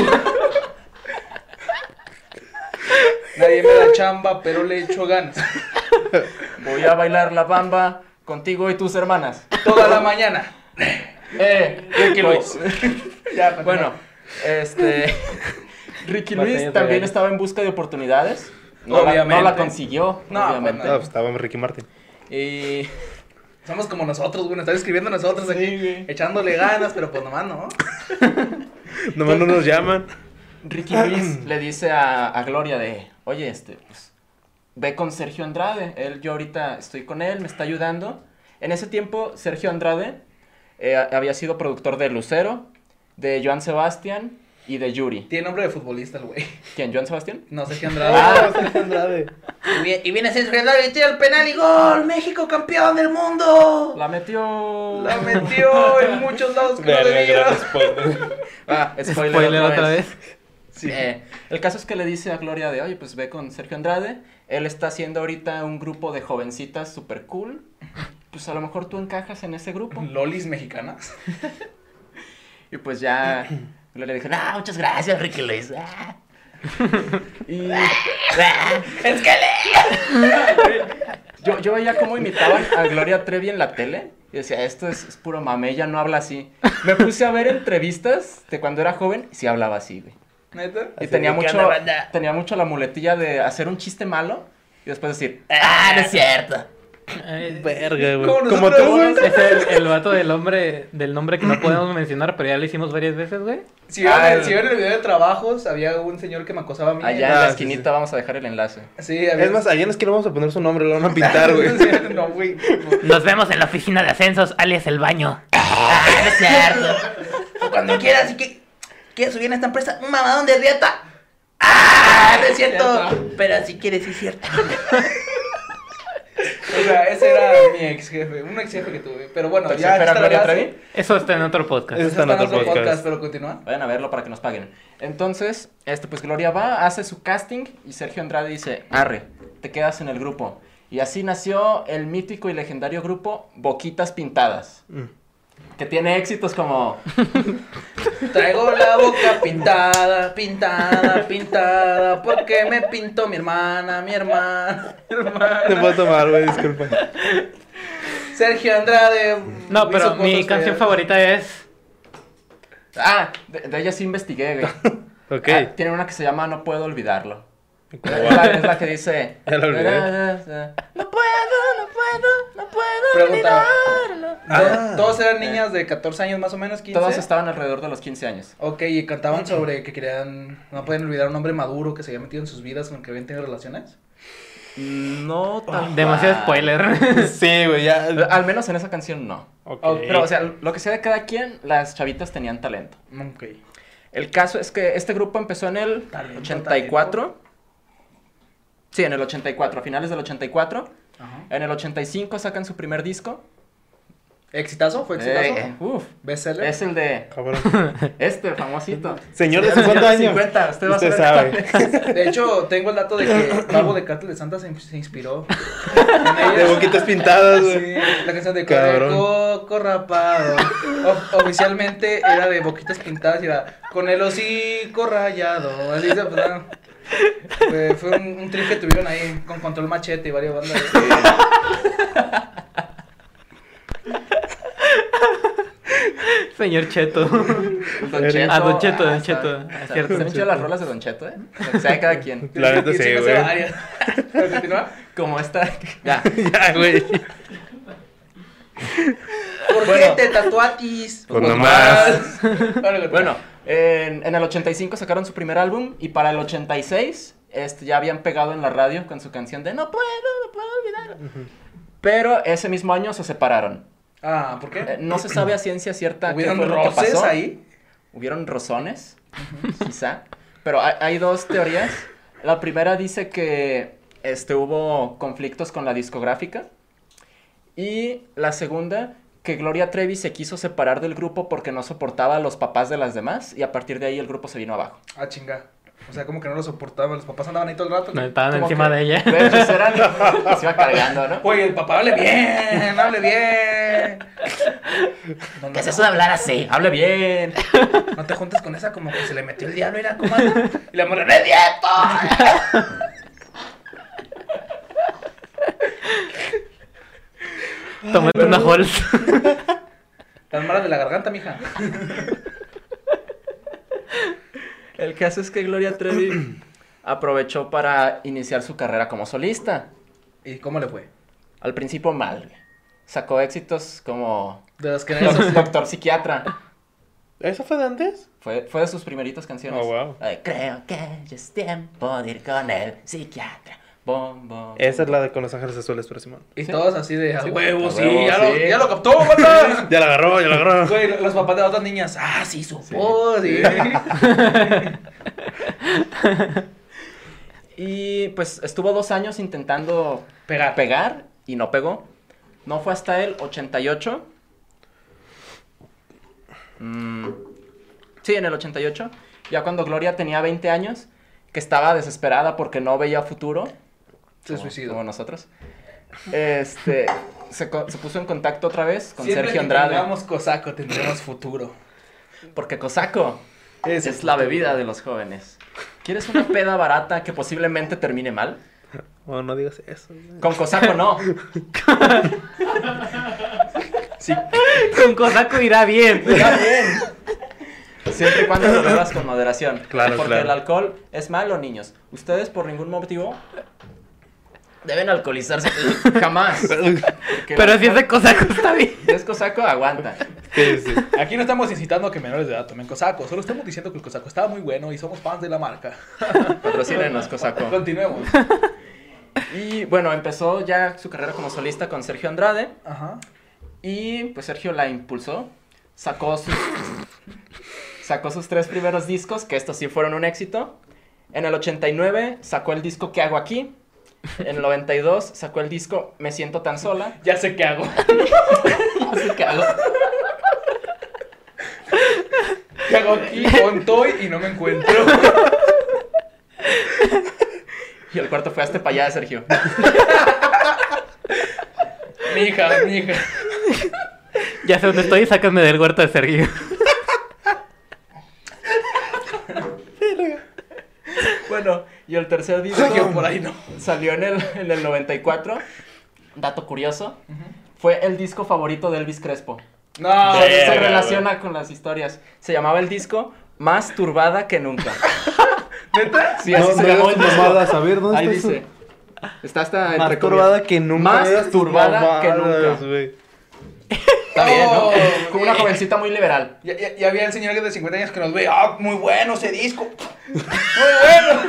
Nadie me da chamba, pero le echo ganas. Voy a bailar la bamba contigo y tus hermanas. Toda la mañana. Eh, Ricky pues, Luis. Ya, Bueno, este... Ricky Luis Batallas también reales. estaba en busca de oportunidades. No la, Obviamente. no la consiguió, No, obviamente. pues Ah, pues estaba Ricky Martin. Y... Somos como nosotros, güey. Nos están escribiendo nosotros aquí. Sí, güey. Echándole ganas, pero pues nomás no. Nomás no nos llaman. Ricky Luis le dice a, a Gloria de, oye, este, pues, ve con Sergio Andrade, él, yo ahorita estoy con él, me está ayudando. En ese tiempo, Sergio Andrade eh, había sido productor de Lucero, de Joan Sebastián y de Yuri. Tiene nombre de futbolista el güey. ¿Quién, Joan Sebastián? No sé qué Andrade. Ah, Sergio Andrade. Y viene- Y viene Sergio Andrade y tira el penal y gol. México campeón del mundo. La metió... La metió en muchos lados que no Verga, debía. gran spoiler. Ah, spoiler, Spoiler otra, otra vez. vez. Sí. Eh, el caso es que le dice a Gloria de, oye, pues ve con Sergio Andrade, él está haciendo ahorita un grupo de jovencitas super cool, pues a lo mejor tú encajas en ese grupo. Lolis mexicanas. Y pues ya Gloria dijo, no, muchas gracias, Ricky Luis. Ah. Y Es que le. yo, yo veía cómo imitaban a Gloria Trevi en la tele. Y decía, esto es, es puro mame, ella no habla así. Me puse a ver entrevistas de cuando era joven y sí hablaba así, güey. ¿Neta? Y Así tenía de, ¿qué mucho, onda, banda? tenía mucho la muletilla de hacer un chiste malo y después decir, Ah, no es cierto. Eh, Verga, güey. Como Como nosotros, tú, güey. ¿no? Es el, el vato del hombre, del nombre que no podemos mencionar, pero ya lo hicimos varias veces, güey. Si vieron, Ah, el- el- si vieron el video de trabajos, había un señor que me acosaba a mí. Allá en Ah, la sí, esquinita sí. vamos a dejar el enlace. Sí, había... Es más, allá en la esquina vamos a poner su nombre, lo van a pintar, güey. No, güey. Nos vemos en la oficina de ascensos, alias el baño. Ah, no es cierto. Cuando quieras, y que quieres subir en esta empresa, un mamadón de riata. Ah, no es cierto. Pero si quieres, sí es cierto. O sea, ese era mi ex jefe, un ex jefe que tuve. Pero bueno, ¿Tu ya. ex jefe era esta Gloria la- Trevi? Eso está en otro podcast. Eso Está está en otro podcast. pero continúa. Vayan a verlo para que nos paguen. Entonces, este, pues Gloria va, hace su casting y Sergio Andrade dice, arre, te quedas en el grupo. Y así nació el mítico y legendario grupo Boquitas Pintadas. Mm. Que tiene éxitos como... Traigo la boca pintada, pintada, pintada. Porque me pintó mi hermana, mi hermana, mi hermana. Te puedo tomar, güey, disculpa. Sergio Andrade. No, hizo pero mi cosas canción feas. favorita es... Ah, de, de ella sí investigué, güey. Ok. Ah, tiene una que se llama No Puedo Olvidarlo. Como Es va. la, es la que dice... Ya la olvidé. No puedo, no puedo, no puedo Pregunta. olvidarlo. Ah. To- Todos eran niñas de catorce años más o menos, quince. Todos estaban alrededor de los quince años. Ok, y cantaban sobre que querían, no pueden olvidar a un hombre maduro que se había metido en sus vidas con el que habían tenido relaciones. No tan Demasiado cual. spoiler. Sí, güey, ya. Al menos en esa canción no. Ok. Pero, o sea, lo que sea de cada quien, las chavitas tenían talento. Ok. El caso es que este grupo empezó en el Talento, ochenta y cuatro. Sí, en el ochenta y cuatro, a finales del ochenta y cuatro. Ajá. En el ochenta y cinco sacan su primer disco. ¿Exitazo? ¿Fue exitazo? Eh, uf, ¿Bestseller? es el de Cabrón. este famosito. Señor de cincuenta años. cincuenta, usted va a Usted saber. sabe. De hecho, tengo el dato de que Babo de Cártel de Santa se, se inspiró. en De ella. boquitas pintadas, güey. Sí, la canción de Cabrón. Coco rapado. O- oficialmente era de boquitas pintadas y era con el hocico rayado. Así se pues, ah, fue, fue un, un trip que tuvieron ahí con Control Machete y varias bandas. Señor Cheto. Don Cheto. Ah, Don Cheto, Don ah, Cheto. está- Ah, está- cierto. Están chidas las rolas de Don Cheto, ¿eh? Lo que sea de cada quien. La neta Y sí, me sé güey. varias. ¿Pero continúa? Como esta. Ya. Ya, güey. ¿Por Bueno. qué te tatuatis? Pues nomás. Bueno, Bueno, en, en el ochenta y cinco sacaron su primer álbum y para el ochenta y seis este, ya habían pegado en la radio con su canción de No puedo, no puedo olvidar. Pero ese mismo año se separaron. Ah, ¿por Eh, qué? no se sabe a ciencia cierta qué ¿Hubieron fue lo que roces pasó. ahí? Hubieron rozones, quizá. Pero hay, hay dos teorías. La primera dice que este, hubo conflictos con la discográfica. Y la segunda, que Gloria Trevi se quiso separar del grupo porque no soportaba a los papás de las demás. Y a partir de ahí el grupo se vino abajo. Ah, chinga. O sea, como que no lo soportaban. Los papás andaban ahí todo el rato. No, estaban Como encima que- de ella. Pero pues eran, se iba cargando, ¿no? Oye, el papá hable bien, hable bien. No, no ¿Qué es te eso de hablar así? Hable bien. jun- No te juntes con esa como que se le metió el diablo, era como anda. Y la morra, ¡no es cierto! Tómate una Halls. Las malas de la garganta, mija. El caso es que Gloria Trevi aprovechó para iniciar su carrera como solista. ¿Y cómo le fue? Al principio mal. Sacó éxitos como De los que Doc- Doctor Psiquiatra. ¿Eso fue de antes? Fue, fue de sus primeritas canciones. Oh, wow. Ay, creo que ya es tiempo de ir con el psiquiatra. Bom, bom. Esa es la de Con los Ángeles Azules, pero Simón. Y todos así de a Sí, huevo, a sí, huevo, ya, Lo, sí. ya lo captó, banda. Ya la agarró, ya la agarró. Güey, los papás de las otras niñas, ah, sí, supo, sí. Y pues estuvo dos años intentando Pegar. pegar y no pegó. No fue hasta el ochenta y ocho. Mm, sí, en el ochenta y ocho. Ya cuando Gloria tenía veinte años, que estaba desesperada porque no veía futuro. Se como- suicidó. Como nosotros. Este, se, co- se puso en contacto otra vez con Siempre Sergio que Andrade. tengamos cosaco, tendremos futuro. Porque Cosaco Es es, el la futuro. bebida de los jóvenes. ¿Quieres una peda barata que posiblemente termine mal? Oh, no digas eso. güey. Con Cosaco no. Sí. Con Cosaco irá bien. Está bien. Siempre y cuando lo bebas con moderación. Claro, Porque claro. el alcohol es malo, niños. Ustedes por ningún motivo deben alcoholizarse. Jamás. Porque Pero la- si es de cosaco, está bien. Si es cosaco, aguanta. Sí, sí. Aquí no estamos incitando a que menores de edad tomen cosaco, solo estamos diciendo que el cosaco estaba muy bueno y somos fans de la marca. Patrocínenos, cosaco. Continuemos. Y bueno, empezó ya su carrera como solista con Sergio Andrade. Ajá. Y pues Sergio la impulsó. Sacó sus, sacó sus tres primeros discos, que estos sí fueron un éxito. En el ochenta y nueve sacó el disco ¿Qué hago aquí? En el noventa y dos sacó el disco Me siento tan sola. Ya sé qué hago. No sé qué hago. ¿Qué hago aquí? Estoy y no me encuentro. Y el cuarto fue Hazte pa' allá, Sergio. Mi hija, mi hija. Ya sé dónde estoy y sácame del huerto de Sergio. Bueno, y el tercer disco Sergio, por ahí no. salió en el, en el noventa y cuatro. Dato curioso. Fue el disco favorito de Elvis Crespo. No, Se- Verga, se güey. relaciona con las historias. Se llamaba el disco Más turbada que nunca. ¿neta? Sí, así No, se no llamó el digas disco. mamadas, a ver, ¿dónde Ahí está dice. Está hasta Más entre turbada comillas. que nunca. Más No digas tus turbada que mamadas, nunca. güey. Está bien, ¿no? Oh, Como una bien. jovencita muy liberal. Ya, ya, ya había el señor de cincuenta años que nos ve. Ah, muy bueno ese disco. Muy bueno.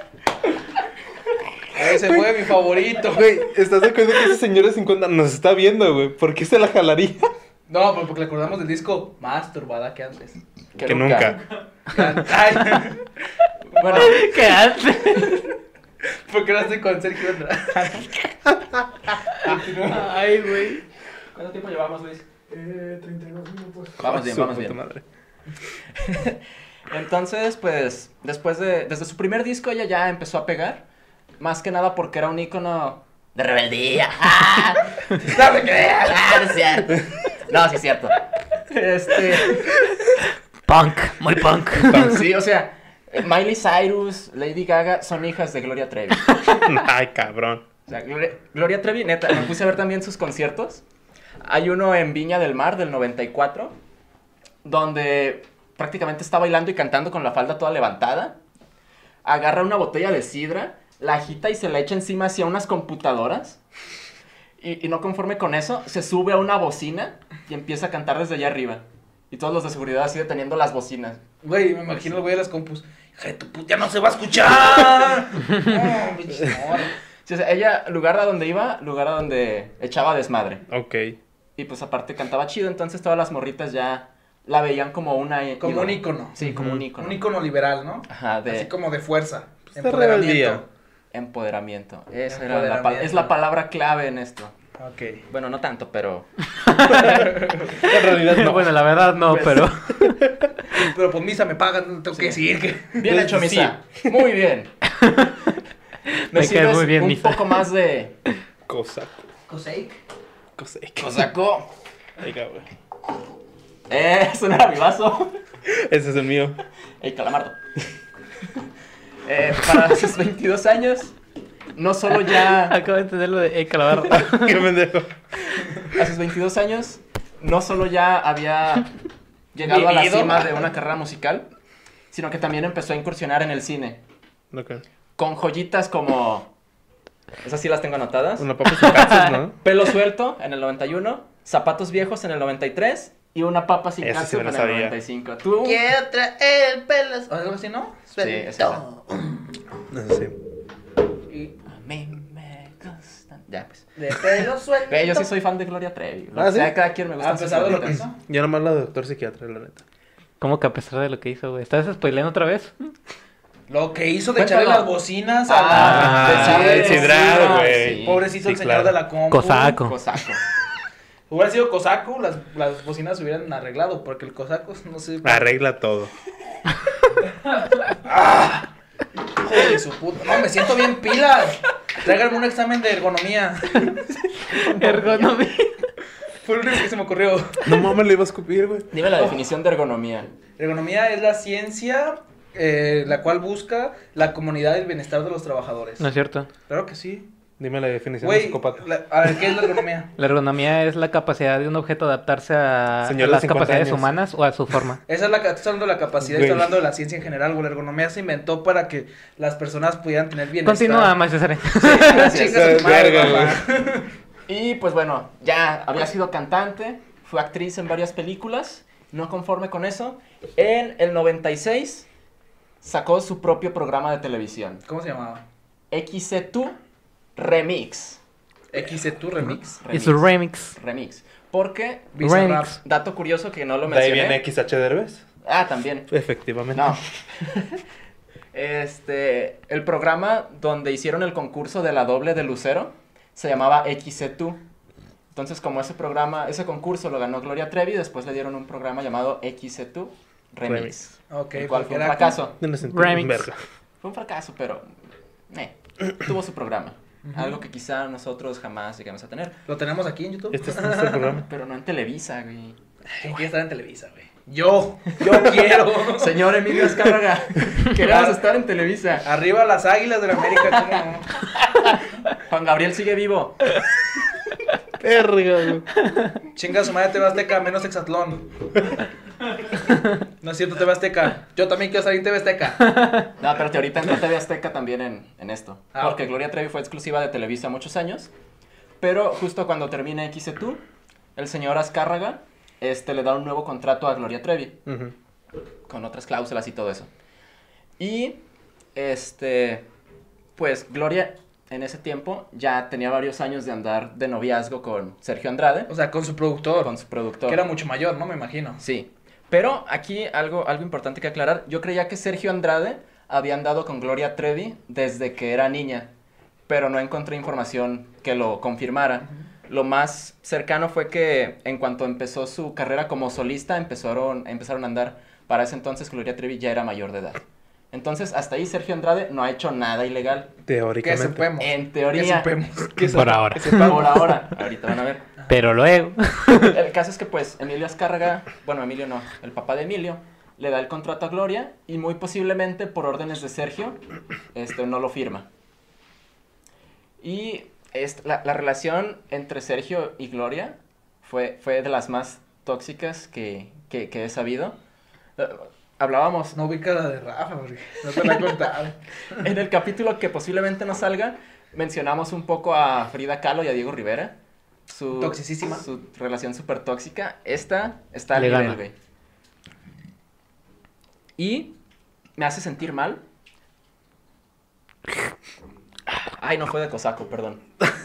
Ese fue mi favorito. Güey, ¿estás de acuerdo que ese señor de cincuenta nos está viendo, güey? ¿Por qué se la jalaría? No, pero porque le acordamos del disco más turbada que antes. Que nunca. Ay, Bueno, ¿Qué haces? porque no estoy con Sergio Andrade. Ay, güey. ¿cuánto tiempo llevamos, Luis? Eh, treinta y dos minutos. Vamos bien, Su vamos puta bien. madre. Entonces, pues, después de, desde su primer disco ella ya empezó a pegar, más que nada porque era un ícono de rebeldía. ¡Ah! No me creas. ¡Ah, no es cierto! No, sí es cierto. Este, Punk, muy punk. sí, o sea, Miley Cyrus, Lady Gaga son hijas de Gloria Trevi. Ay, cabrón. O sea, Gloria, Gloria Trevi, neta, me puse a ver también sus conciertos. Hay uno en Viña del Mar del noventa y cuatro, donde prácticamente está bailando y cantando con la falda toda levantada. Agarra una botella de sidra, la agita y se la echa encima hacia unas computadoras. Y, y no conforme con eso, se sube a una bocina y empieza a cantar desde allá arriba. Y todos los de seguridad así deteniendo las bocinas. Güey, me imagino el güey de las compus. Hija de tu puta, ya no se va a escuchar. No, pinche morra. Sí, o sea, ella, lugar a donde iba, lugar a donde echaba desmadre. Ok. Y pues aparte cantaba chido, entonces todas las morritas ya la veían como una... Como ídolo. un ícono. Sí, como Ujú. un ícono. Un ícono liberal, ¿no? Ajá, de Así como de fuerza. Pues de rebeldía. empoderamiento. Esa era la pa- Empoderamiento. es la palabra clave en esto. Ok. Bueno, no tanto, pero... En realidad no. Bueno, la verdad no, Pues- pero. Pero pues misa me pagan, tengo que decir que. Bien hecho, Sí. Misa. Muy bien. Me cae sirves muy bien, un Misa. poco más de... Cosa. Cosaic. Cosa. Cosaco. Oiga, güey. Eh, eso no era mi vaso. Ese es el mío. El calamardo. Eh, para sus veintidós años, no solo ya... Acabo de entender lo de eh, calamardo. Qué pendejo. A sus veintidós años, no solo ya había llegado a la Vivido. cima de una carrera musical, sino que también empezó a incursionar en el cine. Ok. Con joyitas como... Esas sí las tengo anotadas. Una papa sin calzas, ¿no? Pelo suelto en el noventa y uno, Zapatos viejos en el noventa y tres y Una papa sin Esa sí casco me la en el sabía. noventa y cinco. ¿Tú? Quiero traer el pelo. ¿O algo así, no? Sí, es esa. No sé. Y A mí me gustan. Ya, pues. de pelo suelto. Ve, yo sí soy fan de Gloria Trevi. ¿Ah, O sea, sí? cada quien me gusta. A pesar de lo que hizo. Yo nomás la de doctor psiquiatra, la neta. ¿Cómo que a pesar de lo que hizo, güey? ¿Estás spoileando otra vez? Lo que hizo de Cuéntalo. echarle las bocinas a Ah, la... Ah, sí, deshidrado, sí, güey. sí. Pobrecito el Sí, señor claro. de la compu. Cosaco. Cosaco. Hubiera sido cosaco, las, las bocinas se hubieran arreglado, porque el cosaco, no sé... Arregla todo. Hijo de su puta. No, me siento bien pilas. Tráiganme un examen de ergonomía. Ergonomía. Fue lo único que se me ocurrió. No mames, le iba a escupir, güey. Dime la definición de ergonomía. Ergonomía es la ciencia eh, la cual busca la comunidad y el bienestar de los trabajadores. No es cierto. Claro que sí. Dime la definición de Güey, psicópata. la- a ver, ¿qué es la ergonomía? La ergonomía es la capacidad de un objeto adaptarse a, a Señor de las cincuenta capacidades años. humanas o a su forma. Esa es la, estás hablando de la capacidad, Güey. estoy hablando de la ciencia en general, güey. La ergonomía se inventó para que las personas pudieran tener bienestar. Continúa, más César. Gracias. Chinga su madre, Verga, papá. Y pues bueno, ya había sido cantante, fue actriz en varias películas, no conforme con eso, en el noventa y seis sacó su propio programa de televisión, ¿Cómo se llamaba? X C dos Remix. X C dos Remix. Y su remix. Remix. Porque, Bizarrap. Remix. dato curioso que no lo De ahí mencioné. viene X H Derbez. Ah, también. Efectivamente. No. Este, el programa donde hicieron el concurso de la doble de Lucero se llamaba X C dos. Entonces, como ese programa, ese concurso lo ganó Gloria Trevi, después le dieron un programa llamado X C dos Remix. Remix. Ok, el cual porque fue un era fracaso. Tiene sentido. Remix. Verga. Fue un fracaso, pero eh, tuvo su programa. Algo que quizá nosotros jamás llegamos a tener. Lo tenemos aquí en YouTube. Este es nuestro programa. Pero no en Televisa, güey. ¿Quién quiere estar en Televisa, güey? Yo, yo quiero. Señor Emilio Azcárraga, queremos estar en Televisa. Arriba las águilas de la América, ¿cómo no? Juan Gabriel sigue vivo. Verga, güey. Chinga su madre T V Azteca, menos Exatlón. No es cierto, T V Azteca. Yo también quiero salir en T V Azteca. No, espérate, ahorita entró T V Azteca también en, en esto. Ah, porque ok. Gloria Trevi fue exclusiva de Televisa muchos años. Pero justo cuando termina X C dos, el señor Azcárraga este, le da un nuevo contrato a Gloria Trevi. Ujú. Con otras cláusulas y todo eso. Y, este, pues Gloria en ese tiempo ya tenía varios años de andar de noviazgo con Sergio Andrade, O sea, con su productor. con su productor. Que era mucho mayor, ¿no? Me imagino. Sí, pero aquí algo, algo importante que aclarar. Yo creía que Sergio Andrade había andado con Gloria Trevi desde que era niña, pero no encontré información que lo confirmara. Lo más cercano fue que en cuanto empezó su carrera como solista, empezaron, empezaron a andar. Para ese entonces Gloria Trevi ya era mayor de edad. Entonces, hasta ahí Sergio Andrade no ha hecho nada ilegal. Que Teóricamente. sepamos. En Que teoría. sepamos. Por ahora. Por ahora. Ahorita van a ver. Pero luego. El caso es que pues Emilio Azcárraga, bueno, Emilio no, el papá de Emilio, le da el contrato a Gloria y muy posiblemente por órdenes de Sergio, este, no lo firma. Y est- la, la relación entre Sergio y Gloria fue, fue de las más tóxicas que, que, que he sabido. Eh, Hablábamos No ubica la de Rafa, porque no te la he contado. en el capítulo que posiblemente no salga, mencionamos un poco a Frida Kahlo y a Diego Rivera. Su, Toxicísima. Su relación súper tóxica. Esta está al Le nivel, gana. güey. Y me hace sentir mal. Ay, no fue de Cosaco, perdón.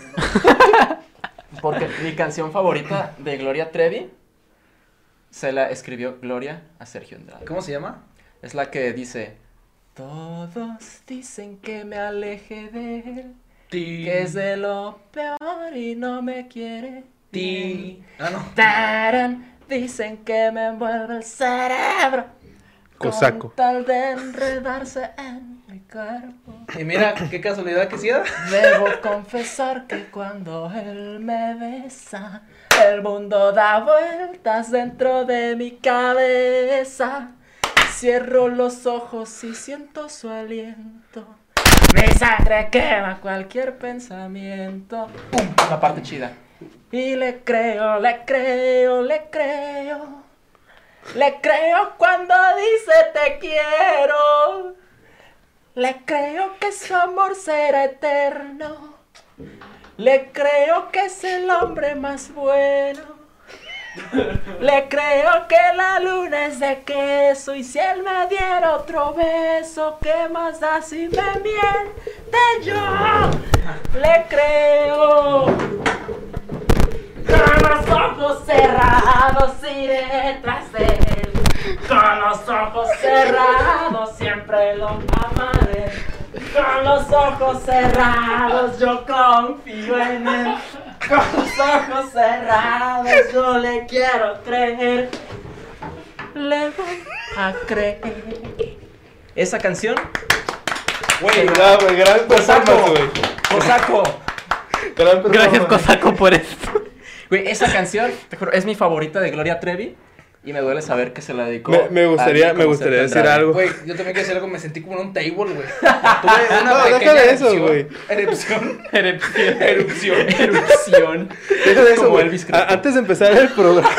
Porque mi canción favorita de Gloria Trevi se la escribió Gloria a Sergio Andrade. ¿Cómo se llama? Es la que dice: todos dicen que me aleje de él, que es de lo peor y no me quiere. Ti. Ah, no. Tarán, dicen que me envuelve el cerebro, Cosaco. con tal de enredarse en mi cuerpo. Y mira, qué casualidad que sí era. Debo confesar que cuando él me besa, el mundo da vueltas dentro de mi cabeza. Cierro los ojos y siento su aliento. Mi sangre quema cualquier pensamiento. ¡Pum! La parte chida. Y le creo, le creo, le creo. Le creo cuando dice te quiero. Le creo que su amor será eterno. Le creo que es el hombre más bueno. Le creo que la luna es de queso. Y si él me diera otro beso, ¿qué más da si me miente yo? Le creo. Con los ojos cerrados iré tras de él. Con los ojos cerrados siempre lo amaré. Con los ojos cerrados yo confío en él. Con los ojos cerrados yo le quiero creer. Le voy a creer. Esa canción, Güey, ya, güey, gran performance, güey. Cosaco. Gran performance. Gracias, Cosaco, por esto. Güey, esa canción, te juro, es mi favorita de Gloria Trevi. Y me duele saber que se la dedicó. Me, me gustaría, a me gustaría decir algo. Güey, yo también quiero decir algo, me sentí como en un table, güey. Tuve una No, pequeña deja de eso, erupción. güey. Erupción. Erupción. Erupción. Erupción. Deja de eso, Como güey. Elvis Crespo. A- Antes de empezar el programa.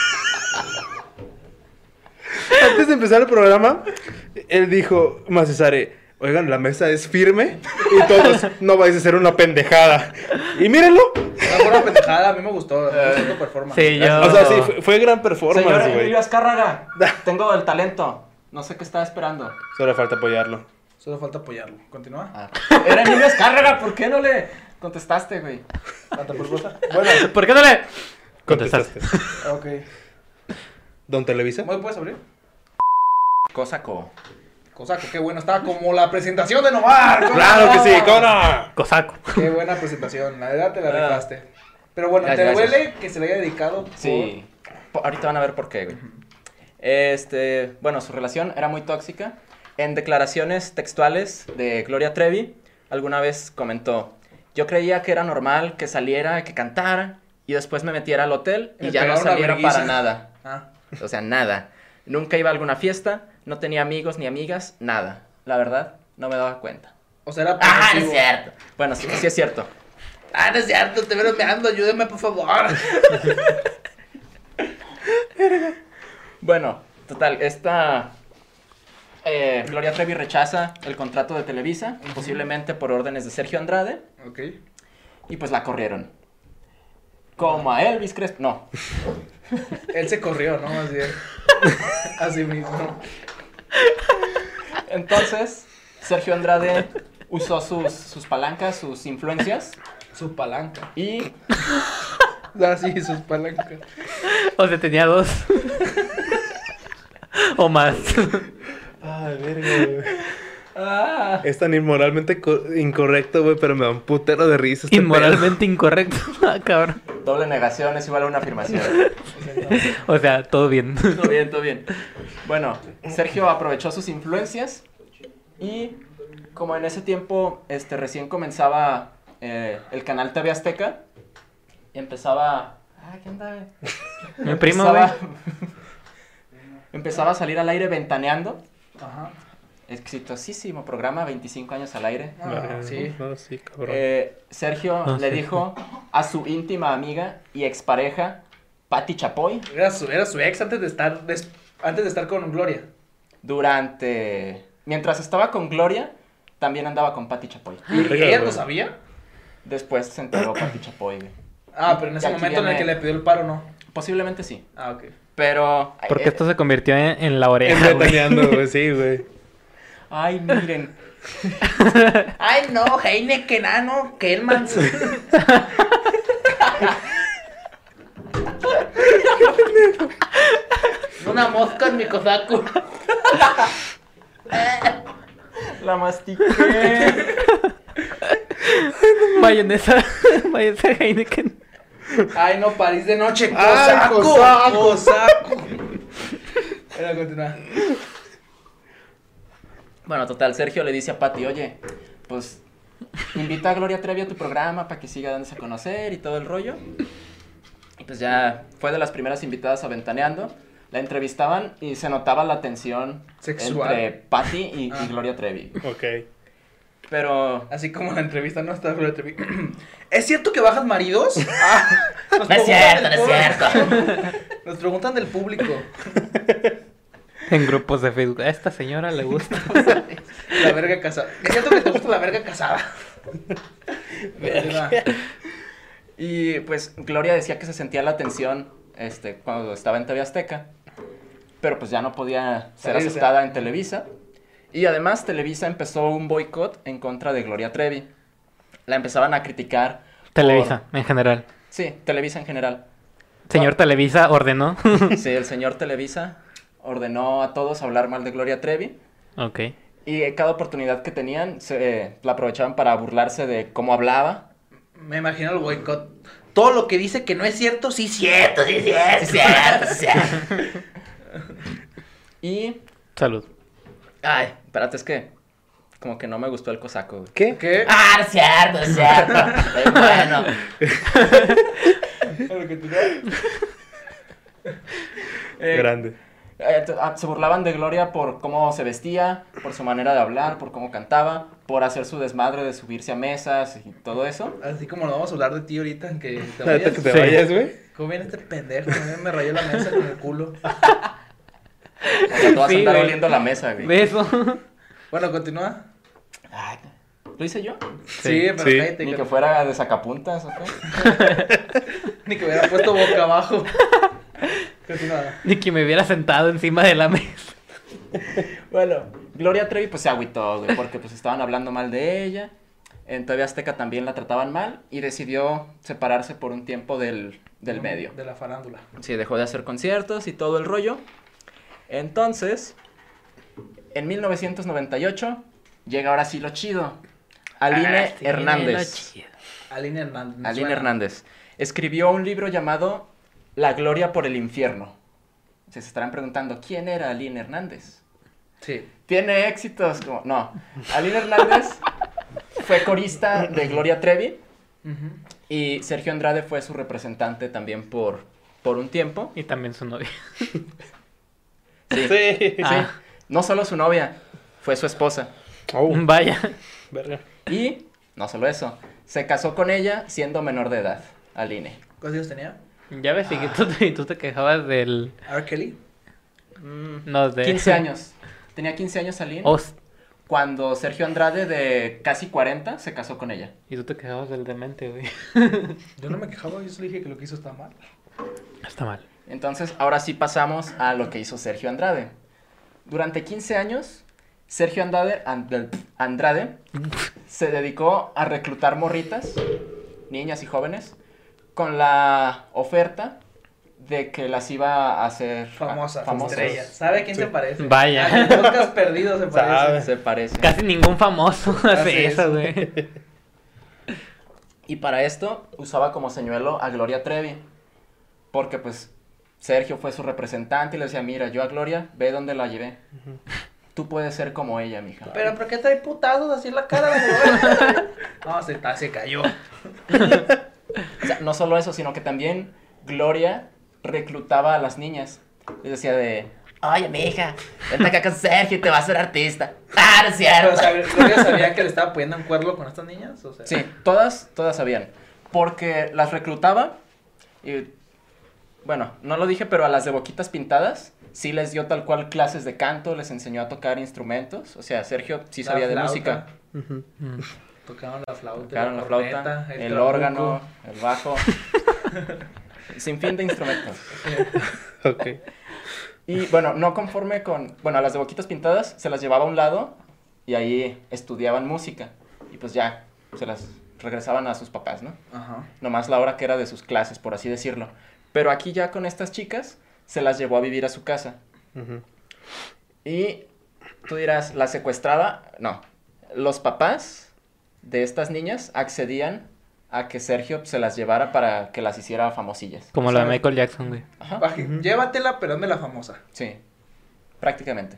Antes de empezar el programa, él dijo, Macesare, oigan, la mesa es firme y todos, no vais a hacer una pendejada. Y mírenlo. No fue una pendejada, a mí me gustó. Me gustó tu performance. Sí, yo. O sea, sí, fue, fue gran Señor performance, güey. Emilio Azcárraga, tengo el talento. No sé qué está esperando. Solo falta apoyarlo. Solo falta apoyarlo. Continúa. Ah, era Emilio Azcárraga, ¿por qué no le contestaste, güey? ¿Falta propuesta? Bueno, ¿Por qué no le contestaste? Contestaste. ok. ¿Don Televisa? ¿Me puedes abrir? Cosaco. Cosaco, qué bueno. Estaba como la presentación de Nomar. ¿cómo Claro no? que sí, ¿cómo no? Cosaco. Qué buena presentación. La verdad te la Ah. rifaste. Pero bueno, Gracias, ¿te gracias. duele que se le haya dedicado? por- Sí. Po- Ahorita van a ver por qué, güey. Este, bueno, su relación era muy tóxica. En declaraciones textuales de Gloria Trevi, alguna vez comentó: yo creía que era normal que saliera, que cantara, y después me metiera al hotel y Me ya no pegaron una saliera vergüenza. para nada. Ah. O sea, nada. Nunca iba a alguna fiesta, no tenía amigos ni amigas, nada. La verdad, no me daba cuenta. O sea, era Ah, no es posesivo. cierto. Bueno, sí, sí es cierto. Ah, no es cierto, te veo meando, ayúdeme por favor. Bueno, total, esta eh, Gloria Trevi rechaza el contrato de Televisa, posiblemente por órdenes de Sergio Andrade, Ok. y pues la corrieron. Como a Elvis Crespo. No, Él se corrió, ¿no? Más bien. Así mismo. entonces Sergio Andrade usó sus, sus palancas, sus influencias, Su palanca. y Ah, sí, sus palancas. O sea, tenía dos. O más. Ay, verga, güey. ah, Es tan inmoralmente co- incorrecto, güey, pero me da un putero de risa este Inmoralmente incorrecto. Ah, cabrón. doble negación es igual a una afirmación. O sea, todo bien. Todo bien, todo bien. Bueno, Sergio aprovechó sus influencias y como en ese tiempo este, recién comenzaba eh, el canal T V Azteca, empezaba... Ah, ¿qué onda, güey? Mi primo, güey. Empezaba- Empezaba a salir al aire ventaneando. Ajá. Exitosísimo programa, veinticinco años al aire. Ah, Verga, sí. No, sí, cabrón. Eh, Sergio No le sé. dijo a su íntima amiga y expareja, Patti Chapoy, Era su, era su ex antes de estar des- antes de estar con Gloria. durante... Mientras estaba con Gloria, también andaba con Patti Chapoy. ¿Y Verga, ella güey. lo sabía? Después se enteró Patti Chapoy, güey. Ah, pero en ese Y aquí momento en el que viene- le pidió el paro, no. Posiblemente sí. Ah, ok. Pero... Porque eh, esto se convirtió en, en la En oreja, güey. ventaneando, güey, sí, güey. Ay, miren. Ay, no, Heineken, ah, no, Kellman. Una mosca en mi cosaco. La mastiqué. Mayonesa. Mayonesa Heineken. Ay, no, París de noche. Ay, Cosaco. cosaco. Cosaco. Era continuar. Bueno, total, Sergio le dice a Patti, oye, pues invita a Gloria Trevi a tu programa para que siga dándose a conocer y todo el rollo. Y pues ya fue de las primeras invitadas a Ventaneando. La entrevistaban y se notaba la tensión Sexual. entre Patti y, y Ah. Gloria Trevi. Ok. Pero... Así como en la entrevista, ¿no? Está Gloria Trevi. ¿Es cierto que bajas maridos? Ah, nos No es cierto, preguntan no es del cierto. público. Nos preguntan del público. En grupos de Facebook. A esta señora le gusta. La verga casada. ¿Es cierto que te gusta la verga casada? Continúa. Y pues Gloria decía que se sentía la tensión este, cuando estaba en T V Azteca, pero pues ya no podía ser Salirse. aceptada en Televisa. Y además Televisa empezó un boicot en contra de Gloria Trevi. La empezaban a criticar. por- Televisa, en general. Sí, Televisa en general. Señor Televisa ordenó. Sí, el señor Televisa ordenó a todos hablar mal de Gloria Trevi. Ok. Y eh, cada oportunidad que tenían, se, eh, la aprovechaban para burlarse de cómo hablaba. Me imagino el boicot. Todo lo que dice que no es cierto, sí es cierto, sí es cierto. Es cierto, es cierto. Y... Salud. Ay, espérate, es que como que no me gustó el cosaco, güey. ¿Qué? ¿Qué? Ah, es cierto, es cierto. Es bueno. Eh, Grande. eh, t- ah, se burlaban de Gloria por cómo se vestía, por su manera de hablar, por cómo cantaba, por hacer su desmadre de subirse a mesas y todo eso. Así como lo vamos a hablar de ti ahorita, que te Ahorita vayas. que te Sí. vayas, güey. ¿Cómo viene este pendejo? También me rayó la mesa con el culo. O sea, tú vas a Sí, andar güey. oliendo la mesa, güey. Beso. Bueno, continúa. Ay, ¿lo hice yo? Sí, pero Sí. cállate. Ni que- que fuera de sacapuntas, ¿o qué? Ni que hubiera puesto boca abajo. Continúa. Ni que me hubiera sentado encima de la mesa. Bueno, Gloria Trevi pues se agüitó, güey, porque pues estaban hablando mal de ella. En T V Azteca también la trataban mal y decidió separarse por un tiempo del, del medio. De la farándula. Sí, dejó de hacer conciertos y todo el rollo. Entonces, en mil novecientos noventa y ocho, llega ahora sí lo chido. Aline Ah, sí, Hernández. lo chido. Aline Hernández. me Aline suena. Hernández. Escribió un libro llamado La Gloria por el Infierno. Se estarán preguntando, ¿quién era Aline Hernández? Sí. ¿Tiene éxitos? Como... No. Aline Hernández fue corista de Gloria Trevi Ujú. y Sergio Andrade fue su representante también por, por un tiempo. Y también su novia. Sí, Sí. Ah. no solo su novia, fue su esposa. Oh, Vaya. verga. Y, no solo eso, se casó con ella siendo menor de edad, Aline. ¿Cuántos años tenía? Ya ves, y que tú, te- y tú te quejabas del... R. Kelly. No, de... quince años. Tenía quince años Aline Os- cuando Sergio Andrade, de casi cuarenta, se casó con ella. Y tú te quejabas del demente, güey. Yo no me quejaba, yo solo dije que lo que hizo está mal. Está mal. Entonces, ahora sí pasamos a lo que hizo Sergio Andrade. Durante quince años, Sergio Andrade, And- Andrade se dedicó a reclutar morritas, niñas y jóvenes, con la oferta de que las iba a hacer Famosa, famosas. estrella. ¿Sabe a quién se parece? Vaya. Al podcast perdido se parece. Sabe. Se parece. Casi ningún famoso hace Hace eso, eso. güey. Y para esto usaba como señuelo a Gloria Trevi. Porque pues Sergio fue su representante y le decía, mira, yo a Gloria, ve dónde la llevé. Tú puedes ser como ella, mija. Pero ¿por qué trae putazos así en la cara? güey? No, se, ta- se cayó. O sea, no solo eso, sino que también Gloria reclutaba a las niñas. Les decía de, oye, mija, vente acá con Sergio y te vas a ser artista. Ah, no es Pero, cierto. o sea, Gloria sabía que le estaba poniendo un cuerno con estas niñas. O sea, Sí, todas, todas sabían. Porque las reclutaba y, bueno, no lo dije, pero a las de boquitas pintadas sí les dio tal cual clases de canto, les enseñó a tocar instrumentos. O sea, Sergio sí la sabía de flauta, música. Ujú. Mm. Tocaron la flauta, Tocaron la flauta, corneta, el, trabuco. órgano, el bajo. Sin fin de instrumentos. Ok. Y bueno, no conforme con, bueno, a las de boquitas pintadas se las llevaba a un lado y ahí estudiaban música. Y pues ya, se las regresaban a sus papás, ¿no? Ajá. Nomás la hora que era de sus clases, por así decirlo. Pero aquí ya con estas chicas se las llevó a vivir a su casa. Ujú. Y tú dirás, ¿la secuestraba? No. Los papás de estas niñas accedían a que Sergio se las llevara para que las hiciera famosillas. Como lo de ¿Sabes? Michael Jackson, güey. Ajá. Baje, llévatela, pero hazme la famosa. Sí, prácticamente.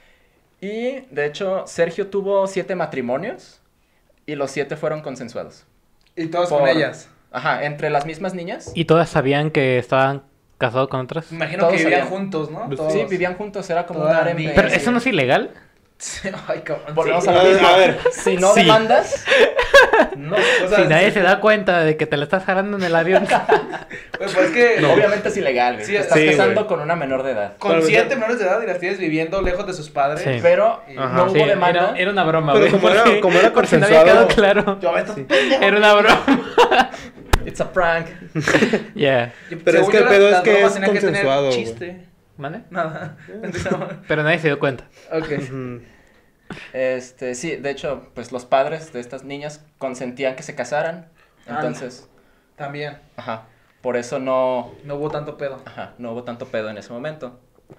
Y de hecho, Sergio tuvo siete matrimonios y los siete fueron consensuados. Y todos Por- con ellas. Ajá, entre las mismas niñas. ¿Y todas sabían que estaban casados con otras? Me imagino Todos que vivían sabían. juntos, ¿no? Pues Todos. Sí, vivían juntos, era como un Todas harem de- niñas. Pero eso no es ilegal. Ay, cabrón. Volvemos sí. a lo A ver, mismo. a ver. Si no Sí. demandas, No, o sea, Si nadie sí. se da cuenta de que te la estás jalando en el avión. Pues, pues es que obviamente es ilegal, güey. Sí, Te estás sí, casando güey. con una menor de edad. con Pero- siete menores de edad y las tienes viviendo lejos de sus padres. Sí. Pero Ajá. no hubo Sí, demanda. era, era una broma, Pero güey. como era- porque- como era porque no había consensuado- quedado claro. Yo, estos Era una broma. It's a prank. Yeah. Pero es que el pedo es que es consensuado, güey. Chiste. ¿Vale? Nada. Pero nadie se dio cuenta. Ok. Ujú. Este, sí, de hecho, pues los padres de estas niñas consentían que se casaran. Ah, Entonces, También. ajá. Por eso no, No hubo tanto pedo. ajá, no hubo tanto pedo en ese momento.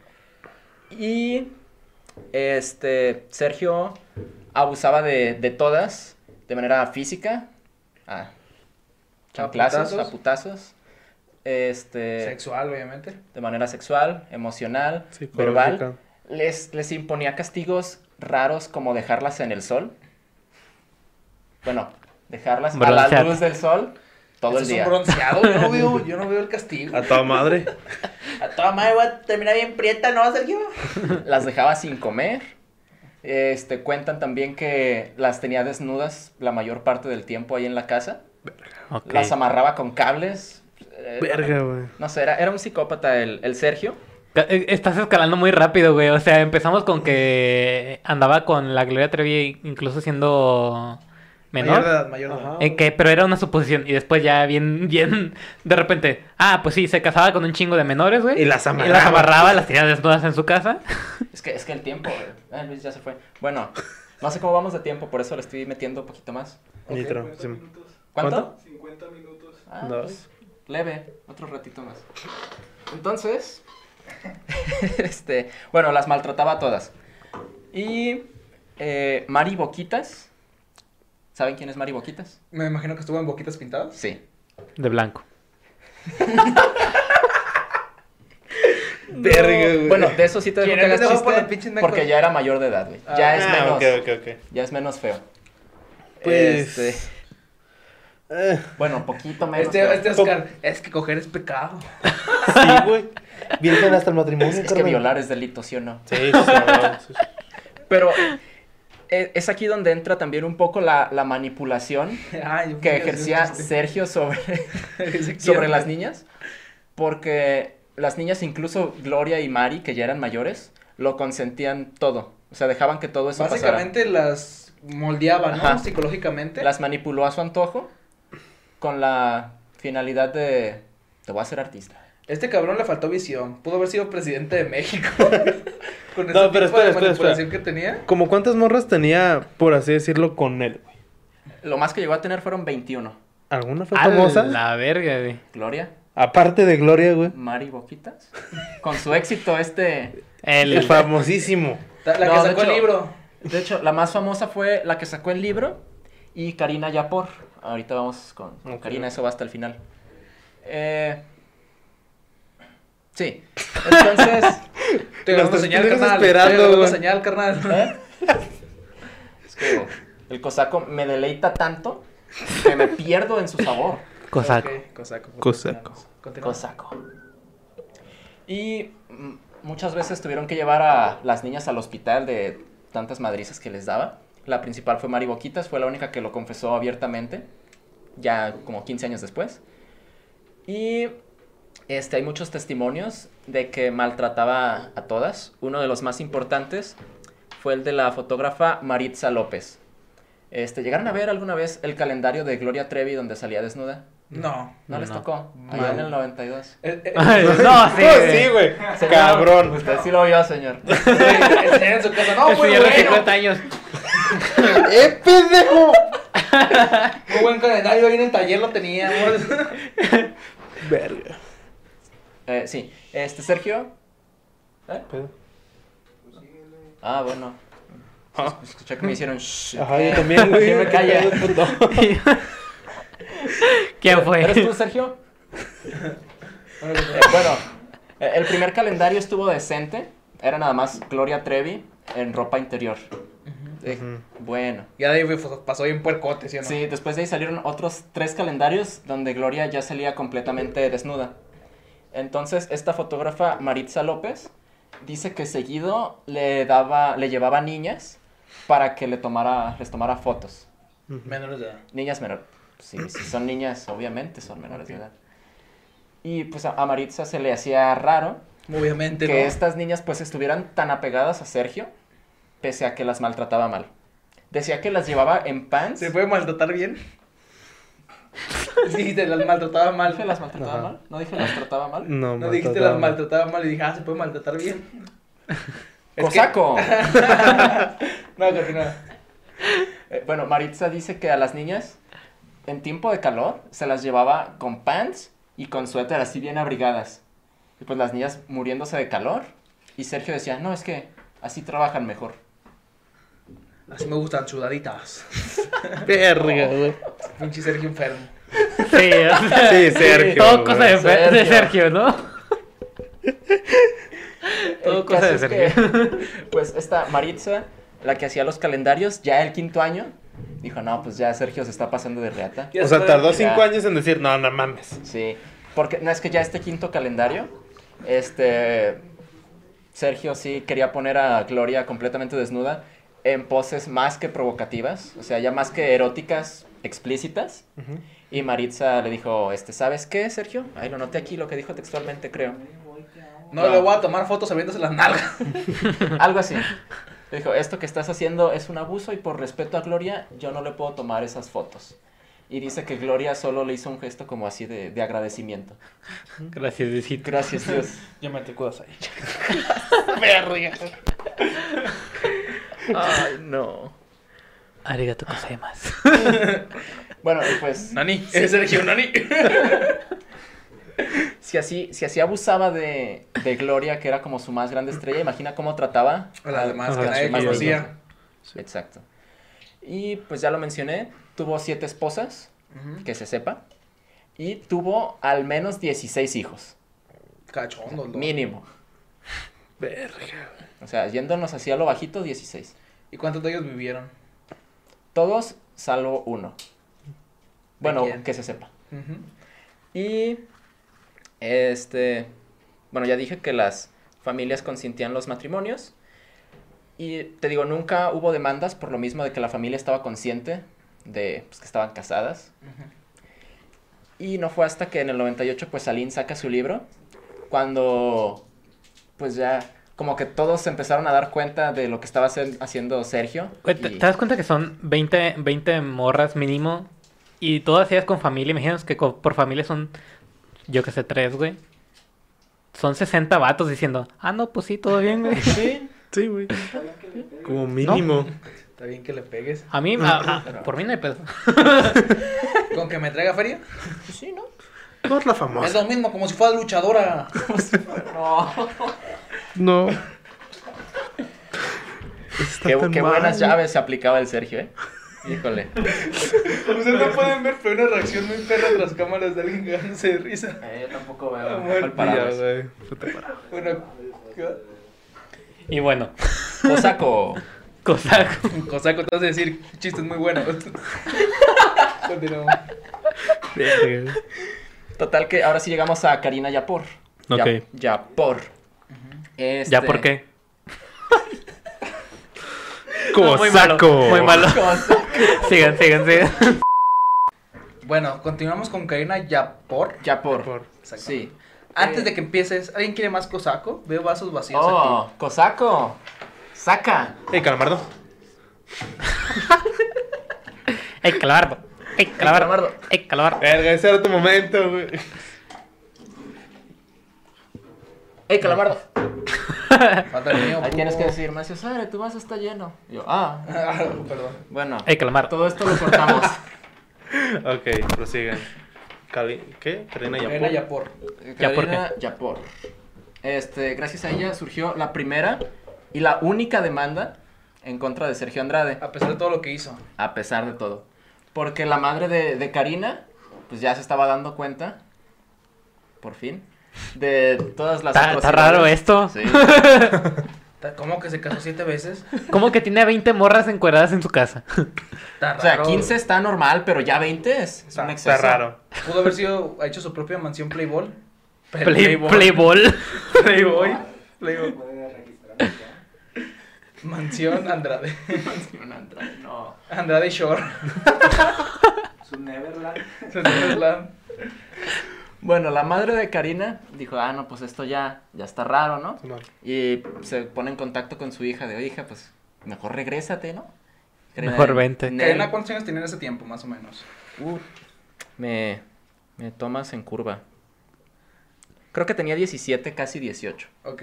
Y este, Sergio abusaba de, de todas de manera física. Ah, chanclazos, putazos. a putazos. Este, Sexual, obviamente. de manera sexual, emocional, Psicológica. verbal. Les, les imponía castigos raros como dejarlas en el sol. Bueno, dejarlas a la Broncear. luz del sol todo Eso el es día. un bronceado. Yo no veo, yo no veo el castigo. A toda madre. A toda madre voy a terminar bien prieta, ¿no, Sergio? Las dejaba sin comer. Este, cuentan también que las tenía desnudas la mayor parte del tiempo ahí en la casa. Ok. Las amarraba con cables. Eh, Verga, güey. No sé, era, era un psicópata el, el Sergio. Ca- eh, Estás escalando muy rápido, güey. O sea, empezamos con que andaba con la Gloria Trevi incluso siendo Mayor de menor. edad, mayor de edad. Ajá. Eh, que, pero era una suposición. Y después ya bien, bien, de repente. Ah, pues sí, se casaba con un chingo de menores, güey. Y las Y amarraba. las amarraba, las tenía desnudas en su casa. Es que, es que el tiempo, güey. Ah, Luis ya se fue. Bueno, no sé cómo vamos de tiempo, por eso le estoy metiendo un poquito más. Nitro, sí. ¿Cuánto? cincuenta minutos. Ah, Dos. pues, leve, otro ratito más. Entonces, este, bueno, las maltrataba a todas. Y eh, Mari Boquitas, ¿saben quién es Mari Boquitas? Me imagino que estuvo en Boquitas Pintadas. Sí. De blanco. Verga, güey. Bueno, de eso sí te dejo ¿Quién que hagas es? Dejó chiste, por los pinches mecos. porque ya era mayor de edad, güey. Ah. Ya es Ah, menos, ok, ok, ok. ya es menos feo. Pues... Este, eh, bueno, poquito menos Este, feo. este Oscar, es que coger es pecado. sí, güey. Virgen hasta el matrimonio, Es, es que carnal. violar es delito, ¿sí o no? Sí, sí, sí, sí. Pero eh, es aquí donde entra también un poco la, la manipulación Ay, yo que pensé ejercía un chiste. Sergio sobre, Ese sobre quiero. las niñas. Porque las niñas, incluso Gloria y Mari, que ya eran mayores, lo consentían todo. O sea, dejaban que todo eso Básicamente las moldeaba, ¿no? Ajá. Psicológicamente. pasara. Las manipuló a su antojo con la finalidad de... Te voy a hacer artista. Este cabrón le faltó visión. Pudo haber sido presidente de México. Con ese No, pero tipo de espera, espera, manipulación que tenía. ¿Como cuántas morras tenía, por así decirlo, con él, güey? Lo más que llegó a tener fueron veintiuno. ¿Alguna fue A famosa? la verga, güey. Gloria, Aparte de Gloria, güey. Mari Boquitas. Con su éxito este... El El, famosísimo. La, la No, que de sacó el hecho- libro. De hecho, la más famosa fue la que sacó el libro y Karina Yapor. Ahorita vamos con, con Ok. Karina, eso va hasta el final. Eh... Sí. Entonces, Te Lo dando estás señal, tienes carnal. esperando, Estoy dando güey. señal, carnal. ¿eh? Es que el cosaco me deleita tanto que me pierdo en su sabor. cosaco. Ok, cosaco. Cosaco. Continuamos. Cosaco. Y mm, muchas veces tuvieron que llevar a las niñas al hospital de tantas madrizas que les daba. La principal fue Mari Boquitas, fue la única que lo confesó abiertamente, ya como quince años después. Y este, hay muchos testimonios de que maltrataba a todas. Uno de los más importantes fue el de la fotógrafa Maritza López. Este, ¿llegaron a ver alguna vez el calendario de Gloria Trevi donde salía desnuda? No. ¿No les No. tocó? Allá en el noventa y dos. Eh, eh, Ay, no, sí, Oh, güey. sí, güey. Señor, Cabrón. Usted sí lo vio, señor. güey, enseñar en su casa. No, Ese muy ya de bueno. cincuenta años. ¡Eh, pendejo! Muy buen calendario. Ahí en el taller lo teníamos. Verga. Eh, sí. Este, Sergio. ¿Eh? Pedo. Ah, bueno. Ah. Escuché que me hicieron shh. Ajá, yo también, güey. ¿Quién me calla? ¿Qué pedo, puto? ¿Quién fue? ¿Eres tú, Sergio? Eh, bueno, eh, el primer calendario estuvo decente. Era nada más Gloria Trevi en ropa interior. Eh, Ujú. Bueno. Ya de ahí fue- pasó bien puercote, ¿sí o no? Sí, después de ahí salieron otros tres calendarios donde Gloria ya salía completamente desnuda. Entonces, esta fotógrafa Maritza López dice que seguido le daba, le llevaba niñas para que le tomara, les tomara fotos. Menores de edad. Niñas menores. Sí, si son niñas, obviamente son menores de edad. Y pues a, a Maritza se le hacía raro Obviamente, que ¿no? estas niñas pues estuvieran tan apegadas a Sergio, pese a que las maltrataba mal. Decía que las llevaba en pants. ¿Se puede maltratar bien? Sí, te las maltrataba mal. ¿Dije las maltrataba Ajá. mal? ¿No dije las trataba mal? No, No dijiste maltrataba. las maltrataba mal y dije, ah, se puede maltratar bien. Es que- ¡Cosaco! No, continúa. Eh, bueno, Maritza dice que a las niñas, en tiempo de calor, se las llevaba con pants y con suéter así bien abrigadas. Y pues las niñas muriéndose de calor. Y Sergio decía, no, es que así trabajan mejor. Así me gustan sudaditas. Verga, güey. Pinche Sergio enfermo. Sí, o sea, Sí, Sergio. todo güey. cosa de, Fer- de Sergio. Sergio, ¿no? Todo El cosa caso de es Sergio. que, pues esta Maritza, la que hacía los calendarios, ya el quinto año, dijo, no, pues ya Sergio se está pasando de reata. Ya O sea, estoy- tardó ya. cinco años en decir, no, no mames. Sí, porque no es que ya este quinto calendario Este, Sergio sí quería poner a Gloria completamente desnuda en poses más que provocativas, o sea, ya más que eróticas, explícitas. Ujú. Y Maritza le dijo, este, ¿sabes qué, Sergio? Ahí lo noté aquí, lo que dijo textualmente, creo. No le voy a tomar fotos abriéndose las nalgas. Algo así. Le dijo, esto que estás haciendo es un abuso y por respeto a Gloria, yo no le puedo tomar esas fotos. Y dice que Gloria solo le hizo un gesto como así de, de agradecimiento. Gracias, Diosito. Gracias, Dios. Yo me te cuidas ahí. Verga. Ay, no. Arigato gozaimasu. Bueno, y pues... Nani, es Sergio Nani. Si así, si así abusaba de, de Gloria, que era como su más grande estrella, imagina cómo trataba A las demás Ajá, que nadie sí, más conocía. niños. Exacto. Y pues ya lo mencioné, tuvo siete esposas, Ujú. que se sepa, y tuvo al menos dieciséis hijos, Cachondo, ¿no? mínimo. Verga. O sea, yéndonos hacia lo bajito, dieciséis. ¿Y cuántos de ellos vivieron? Todos salvo uno. Bueno, quién? que se sepa. Ujú. Y este, bueno, ya dije que las familias consentían los matrimonios. Y te digo, nunca hubo demandas por lo mismo de que la familia estaba consciente de pues, que estaban casadas. Ujú. Y no fue hasta que en el noventa y ocho pues Aline saca su libro, cuando pues ya como que todos se empezaron a dar cuenta de lo que estaba hacer- haciendo Sergio. Güey, ¿te, y- te das cuenta que son veinte, veinte morras mínimo? Y todas ellas con familia. Imagínate que co- por familia son, yo que sé, tres, güey. Son sesenta vatos diciendo, ah, no, pues sí, todo bien, güey. Sí, Sí, güey. Como mínimo. Está bien que le pegues. A mí, a- a- por mí no hay pedo. ¿Con que me traiga feria? pues sí, ¿no? No es la Es famosa. lo mismo, como si fuera luchadora. No. No. Está Qué, tan qué mal. buenas llaves se aplicaba el Sergio, ¿eh? Híjole. Ustedes no pueden ver, pero una reacción muy perra tras cámaras de alguien cagándose de risa. Eh, yo tampoco veo. Ah, mal muerto Ya, parados. güey. Puta parada. Bueno, ¿qué? Y bueno, Cosaco. cosaco. Un cosaco te hace decir chistes muy buenos. Continuamos. Verga. Total que ahora sí llegamos a Karina Yapor. Ok. Ya- Yapor. Este- ¿Ya por qué? No, muy malo, Cosaco. muy malo. Cosaco. Sigan, sigan, sigan. Bueno, continuamos con Karina Yapor. Yapor. Por- Exacto. Sí. Antes Eh, de que empieces, ¿alguien quiere más cosaco? Veo vasos vacíos Oh, Cosaco. Saca. Ey, calamardo. ¡Ey, calamardo! ¡Ey, calamardo! calamardo. ¡Ey, calamardo! Verga, ese era tu momento, güey. ¡Ey, calamardo! aquí. Falta el mío. Ahí tienes que puto. decir, Macio, Sare, tu vaso está lleno. Y yo, ah. Ah, perdón. Bueno, ¡Ey, calamardo! todo esto lo cortamos. Ok, prosigan. Cali... ¿Qué? Karina Karina Yapor. Yapor. ¿Ya por Karina Yapor. Este, gracias a ella surgió la primera y la única demanda en contra de Sergio Andrade, A pesar de todo lo que hizo. a pesar de todo. Porque la madre de, de Karina, pues ya se estaba dando cuenta, por fin, de todas las Está está atrocidades. raro esto. Sí. ¿Cómo que se casó siete veces? ¿Cómo que tiene veinte morras encueradas en su casa? Está O sea, raro. quince está normal, pero ya veinte es, es un Está- exceso. Está raro. Pudo haber sido, ha hecho su propia mansión Playboy. Play, Playball. Playboy. Playboy. Mansión Andrade. No. Andrade Shore. Su Neverland. Su Neverland. Bueno, la madre de Karina dijo, ah, no, pues esto ya, ya está raro, ¿no? No. Y se pone en contacto con su hija de, oye, hija, pues mejor regrésate, ¿no? Karina, Mejor vente. Nel, Karina, ¿cuántos años tenía en ese tiempo, más o menos? uh, me, me tomas en curva. Creo que tenía diecisiete, casi dieciocho. Ok.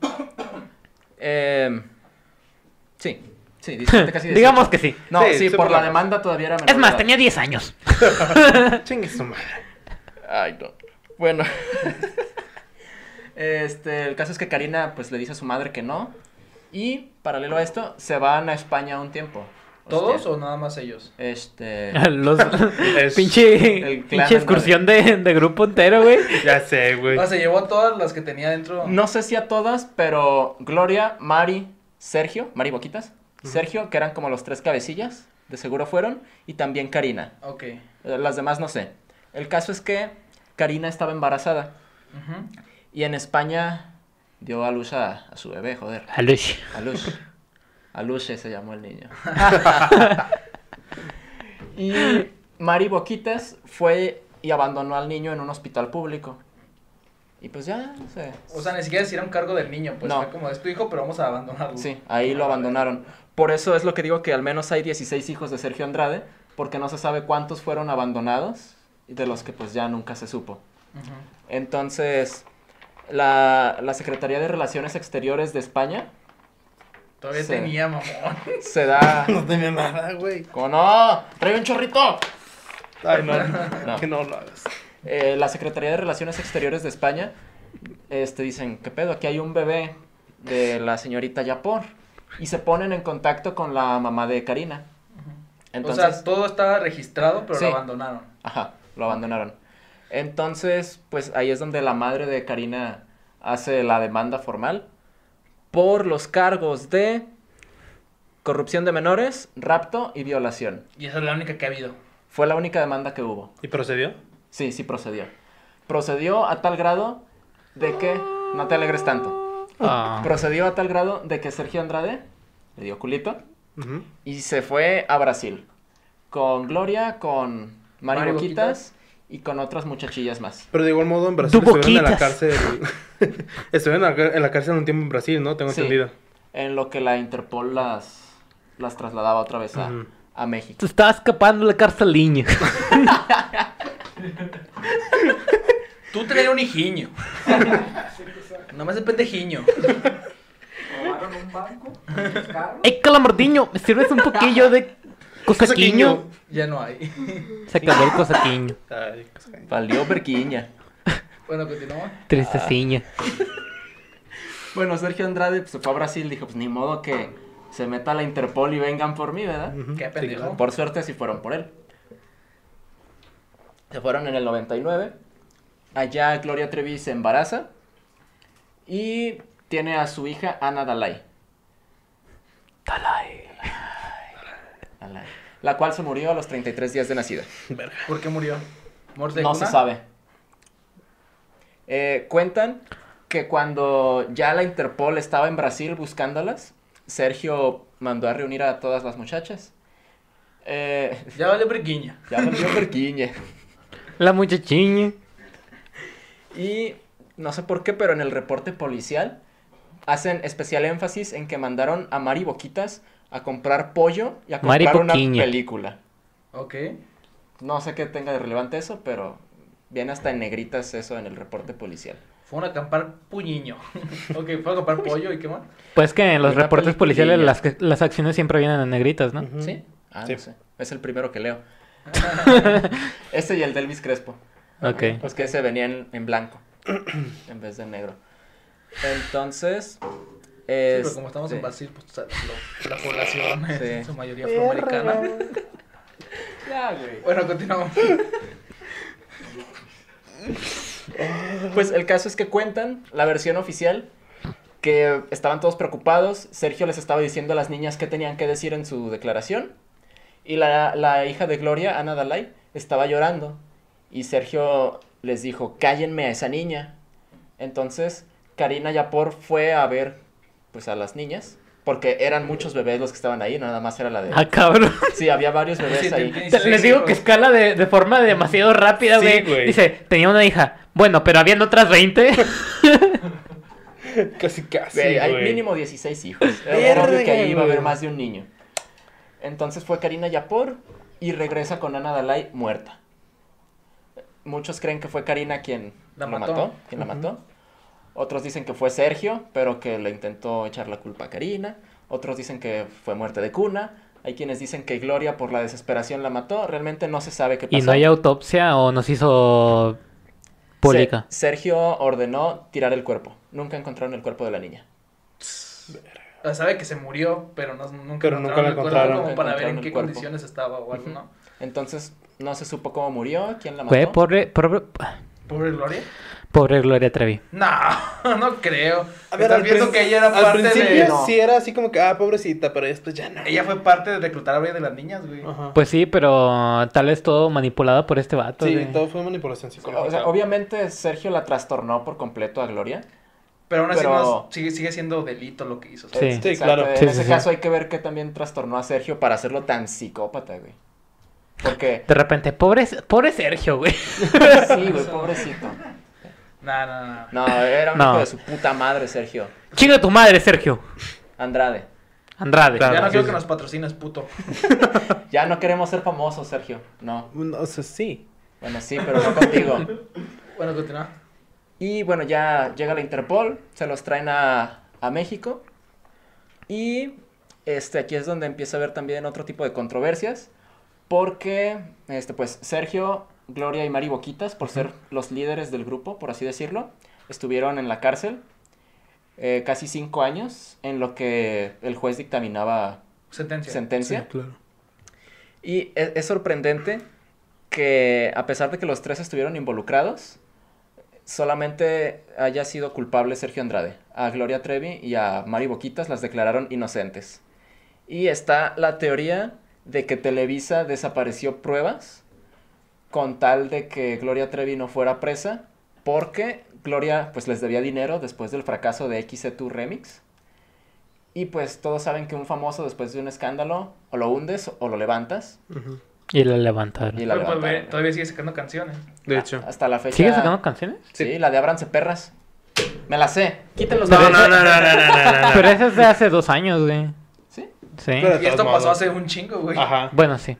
Eh, sí, sí, diecisiete, casi dieciocho. Digamos que sí. No, Sí, sí, se por la puede. demanda todavía era menor Es de más, edad. tenía diez años. Chingue su madre. Ay, no. Bueno. Este, el caso es que Karina, pues, le dice a su madre que no. Y, paralelo a esto, se van a España un tiempo. ¿Todos Hostia. o nada más ellos? Este... Los, Es- pinche, el clan pinche excursión de, de grupo entero, güey. Ya sé, güey. Ah, se llevó a todas las que tenía dentro. No sé si a todas, pero Gloria, Mari, Sergio, Mari Boquitas, Sergio, que eran como los tres cabecillas, de seguro fueron, y también Karina. Ok. Eh, Las demás no sé. El caso es que Karina estaba embarazada. Ujú. Y en España dio a luz a, a su bebé, joder. Alush. A luz. A luz se llamó el niño. Y Mari Boquitas fue y abandonó al niño en un hospital público. Y pues ya, no sé. O sea, ni siquiera si era un cargo del niño, pues No. fue como, es tu hijo, pero vamos a abandonarlo. Sí, ahí lo abandonaron. Por eso es lo que digo que al menos hay dieciséis hijos de Sergio Andrade, porque no se sabe cuántos fueron abandonados, y de los que pues ya nunca se supo. Ujú. Entonces, la, la Secretaría de Relaciones Exteriores de España Todavía Sí. tenía, mamón. se da... No tenía nada, güey. ¿Cómo no? ¡Trae un chorrito! Ay, no. No. Que no lo hagas. Eh, la Secretaría de Relaciones Exteriores de España este, dicen, ¿qué pedo? Aquí hay un bebé de la señorita Yapor. Y se ponen en contacto con la mamá de Karina. Entonces, O sea, todo estaba registrado, pero Sí. lo abandonaron. ajá, lo abandonaron. Entonces, pues ahí es donde la madre de Karina hace la demanda formal por los cargos de corrupción de menores, rapto y violación. Y esa es la única que ha habido. Fue la única demanda que hubo. ¿Y procedió? Sí, sí procedió. Procedió a tal grado de que... No te alegres tanto. Ah. Procedió a tal grado de que Sergio Andrade le dio culito Ujú. y se fue a Brasil. Con Gloria, con Mari, Mari Boquitas y con otras muchachillas más. Pero de igual modo en Brasil Tu estuvieron en la boquitas. cárcel. Estuvieron en la, en la cárcel un tiempo en Brasil, ¿no? Tengo Sí. entendido. En lo que la Interpol las, las trasladaba otra vez a, Ujú. a México. Tú estabas escapando de la carceliña. Tú tenías un hijiño. Nomás de pendejiño. Robaron un banco, un carro. ¡Ey, calamardiño! ¿Me sirves un poquillo de cosaquiño? Ya no hay. Se acabó el cosaquiño. Ay, cosa que- Valió Berquiña. Bueno, continúa. Tristeciña. Bueno, Sergio Andrade pues, se fue a Brasil. Dijo, pues ni modo que se meta la Interpol y vengan por mí, ¿verdad? Ujú. Qué Sí, pendejo. claro. Por suerte sí fueron por él. Se fueron en el noventa y nueve. Allá Gloria Trevi se embaraza. Y tiene a su hija Ana Dalai. Dalai. Dalai. La cual se murió a los treinta y tres días de nacida. ¿Por qué murió? ¿Muerte de No cuna? se sabe. Eh, cuentan que cuando ya la Interpol estaba en Brasil buscándolas, Sergio mandó a reunir a todas las muchachas. Eh, Ya vale breguiña. ya volvió Berquiñe. La muchachiña. Y no sé por qué, pero en el reporte policial hacen especial énfasis en que mandaron a Mari Boquitas a comprar pollo y a Mari comprar una Boquiña. película. Ok. No sé qué tenga de relevante eso, pero viene hasta en negritas eso en el reporte policial. Fue a acampar puñiño. Ok, fue a comprar pollo y qué más. Pues que en los Una reportes peliculilla. policiales las, que- las acciones siempre vienen en negritas, ¿no? Ujú. ¿Sí? Ah, Sí. no sé. Es el primero que leo. Ese y el de Elvis Crespo. Ok. Pues que ese venía en, en blanco en vez de negro. Entonces, Sí, pero es, como estamos en Brasil, pues o sea, lo- la población es Sí. en su mayoría afroamericana. Ya, güey. Bueno, continuamos. Pues el caso es que cuentan la versión oficial que estaban todos preocupados. Sergio les estaba diciendo a las niñas qué tenían que decir en su declaración. Y la, la hija de Gloria, Ana Dalai, estaba llorando. Y Sergio les dijo, cállenme a esa niña. Entonces, Karina Yapor fue a ver pues a las niñas. Porque eran muchos bebés los que estaban ahí, nada más era la de... Ah, cabrón. Sí, había varios bebés Sí, ahí. te- Te- Les digo que escala de, de forma demasiado rápida, Sí, güey. güey. Dice, tenía una hija. Bueno, pero habían otras veinte. Casi, casi. Güey, hay güey. mínimo dieciséis hijos. Era obvio que ahí iba a haber güey. más de un niño. Entonces fue Karina Yapor y regresa con Ana Dalai muerta. Muchos creen que fue Karina quien La lo mató. mató, quien la mató. Otros dicen que fue Sergio, pero que le intentó echar la culpa a Karina. Otros dicen que fue muerte de cuna. Hay quienes dicen que Gloria por la desesperación la mató. Realmente no se sabe qué pasó. ¿Y no hay autopsia o nos hizo pública? Se- Sergio ordenó tirar el cuerpo. Nunca encontraron el cuerpo de la niña. O sea, sabe que se murió, pero no, nunca Pero nunca la el cuerpo encontraron. como para ver en Encontraron qué el cuerpo. condiciones estaba o algo, Ujú. ¿no? Entonces no se supo cómo murió, quién la mató. Güey, pobre, pobre, Pobre Gloria. Pobre Gloria Trevi. No, no creo. A ver, Estás al, viendo prin- que ella era al parte principio de... no. sí era así como que, ah, pobrecita, pero después ya no. Ella fue parte de reclutar a varias de las niñas, güey. Ajá. Pues sí, pero tal vez todo manipulado por este vato. sí, güey. todo fue manipulación psicológica. O sea, obviamente Sergio la trastornó por completo a Gloria. Pero aún así Pero- no, sigue, sigue siendo delito lo que hizo. Sí. ¿sabes? Sí, Exacto, claro. En Sí, ese sí, caso sí. hay que ver que también trastornó a Sergio para hacerlo tan psicópata, güey. Porque, De repente, pobre, pobre Sergio, güey. sí, güey, pobrecito. No, no, no. No, era un No. hijo de su puta madre, Sergio. Chinga tu madre, Sergio. Andrade. Andrade. Claro. Ya no sí, quiero sí. que nos patrocines, puto. Ya no queremos ser famosos, Sergio. No. No, o sea, sí. Bueno, sí, pero no contigo. Bueno, continúa. Y bueno, ya llega la Interpol, se los traen a, a México. Y este, aquí es donde empieza a haber también otro tipo de controversias. Porque, este, pues, Sergio, Gloria y Mari Boquitas, por ser los líderes del grupo, por así decirlo, estuvieron en la cárcel eh, casi cinco años en lo que el juez dictaminaba Sentencia. sentencia. claro. Y es, es sorprendente que a pesar de que los tres estuvieron involucrados, solamente haya sido culpable Sergio Andrade. A Gloria Trevi y a Mari Boquitas las declararon inocentes. Y está la teoría de que Televisa desapareció pruebas con tal de que Gloria Trevi no fuera presa, porque Gloria pues les debía dinero después del fracaso de X C dos Remix. Y pues todos saben que un famoso después de un escándalo o lo hundes o lo levantas. Ujú. Y la levantaron. Y la Pero, pues, ve, levantaron. todavía sigue sacando canciones. De hecho. Hasta la fecha. ¿Sigue sacando canciones? Sí, la de Ábranse Perras. Me la sé. Quítenlos. No, de- no, no, no, no, no, no, no. Pero esa es de hace dos años, güey. Sí. Sí. Pero- Y esto todos pasó modos. hace un chingo, güey. Ajá. Bueno, sí.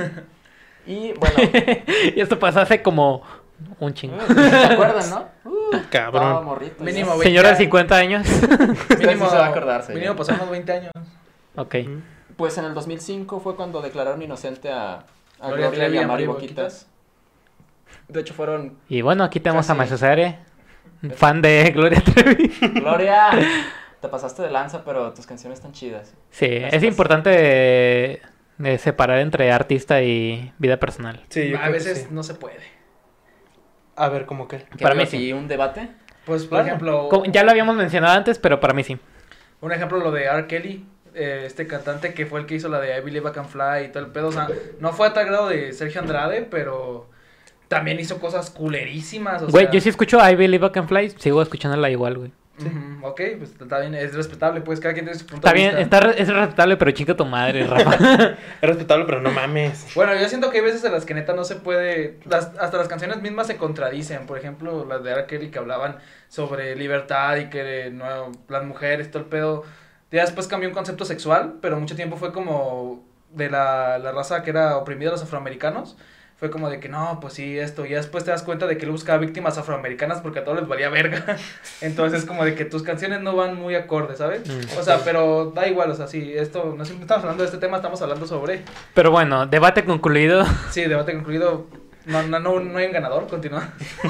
Y bueno, Y esto pasó hace como un chingo. ¿se acuerdan, no? Uh, estaba Cabrón. morrito. Mínimo, ya. veinte Señora de años. cincuenta años. Mínimo, sí se va a acordar, señor. mínimo pasamos veinte años. Ok. Pues en el dos mil cinco fue cuando declararon inocente a, a Gloria Gloria Trevi y y a a Mari Mari Boquitas. De hecho fueron... Y bueno, aquí tenemos a Casi. Macesare, fan de Gloria Trevi. Gloria, te pasaste de lanza, pero tus canciones están chidas. Sí, Gracias. es importante de, de separar entre artista y vida personal. Sí, yo a creo que veces sí. no se puede. A ver, ¿cómo qué? ¿Qué Para digo, mí sí. aquí un debate? Pues, por Claro. ejemplo, Como- ya lo habíamos mencionado antes, pero para mí sí. un ejemplo lo de R. Kelly, eh, este cantante que fue el que hizo la de I Believe I Can Fly y todo el pedo. O sea, no fue a tal grado de Sergio Andrade, pero también hizo cosas culerísimas. O Güey, sea, yo sí escucho I Believe I Can Fly, sigo escuchándola igual, güey. ujú, ok, pues está bien, es respetable, pues cada quien tiene su punto Está de bien, vista. está, re- es respetable, pero chinga tu madre, Rafa. Es respetable, pero no mames. Bueno, yo siento que hay veces en las que neta no se puede, las, hasta las canciones mismas se contradicen, por ejemplo, las de R. Kelly que hablaban sobre libertad y que no, las mujeres, todo el pedo, ya después cambió un concepto sexual, pero mucho tiempo fue como de la, la raza que era oprimida, los afroamericanos, fue como de que no, pues sí, esto, y ya después te das cuenta de que él buscaba víctimas afroamericanas porque a todos les valía verga, entonces es como de que tus canciones no van muy acordes, ¿sabes? Mm. O sea, pero da igual, o sea, sí, esto, no estamos hablando de este tema, estamos hablando sobre... Pero bueno, debate concluido. Sí, debate concluido. No, no, no, no hay un ganador, continúa.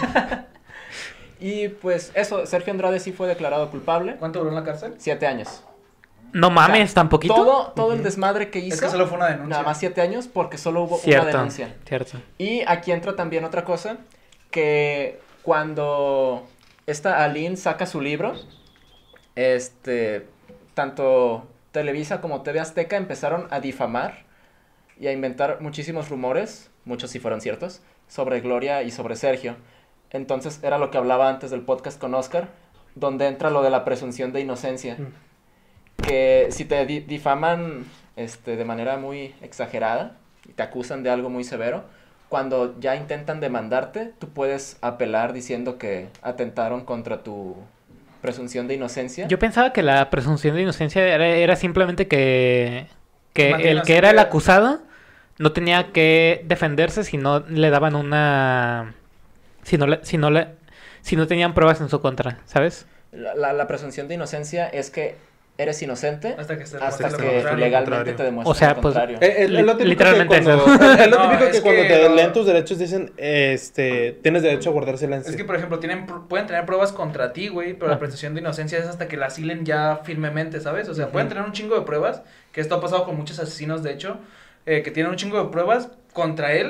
Y pues eso, Sergio Andrade sí fue declarado culpable. ¿Cuánto duró en la cárcel? Siete años. No mames, tan poquito. Todo, todo el desmadre que hizo. Es que solo fue una denuncia. Nada más siete años porque solo hubo una Cierto, denuncia. cierto. Y aquí entra también otra cosa, que cuando esta Aline saca su libro, este, tanto Televisa como T V Azteca empezaron a difamar y a inventar muchísimos rumores, muchos sí fueron ciertos, sobre Gloria y sobre Sergio. Entonces era lo que hablaba antes del podcast con Oscar, donde entra lo de la presunción de inocencia. Que si te di- difaman este, de manera muy exagerada y te acusan de algo muy severo, cuando ya intentan demandarte, tú puedes apelar diciendo que atentaron contra tu presunción de inocencia. Yo pensaba que la presunción de inocencia era, era simplemente que, que Mantiene el que era el así, acusado no tenía que defenderse si no le daban una... Si no, le, si no, le, si no tenían pruebas en su contra, ¿sabes? La, la- la presunción de inocencia es que eres inocente Hasta que se hasta demuestre lo que contrario. legalmente contrario. te demuestren O sea, lo pues, contrario. Eh, Es, es lo típico Literalmente que cuando, eso. es, es lo No, típico es que cuando que te no. leen tus derechos dicen, este, tienes derecho a guardar silencio. Es que, por ejemplo, tienen, pr- pueden tener pruebas contra ti, güey, pero la Ah. presunción de inocencia es hasta que la asilen ya firmemente, ¿sabes? O sea, Ujú. pueden tener un chingo de pruebas, que esto ha pasado con muchos asesinos, de hecho, eh, que tienen un chingo de pruebas contra él,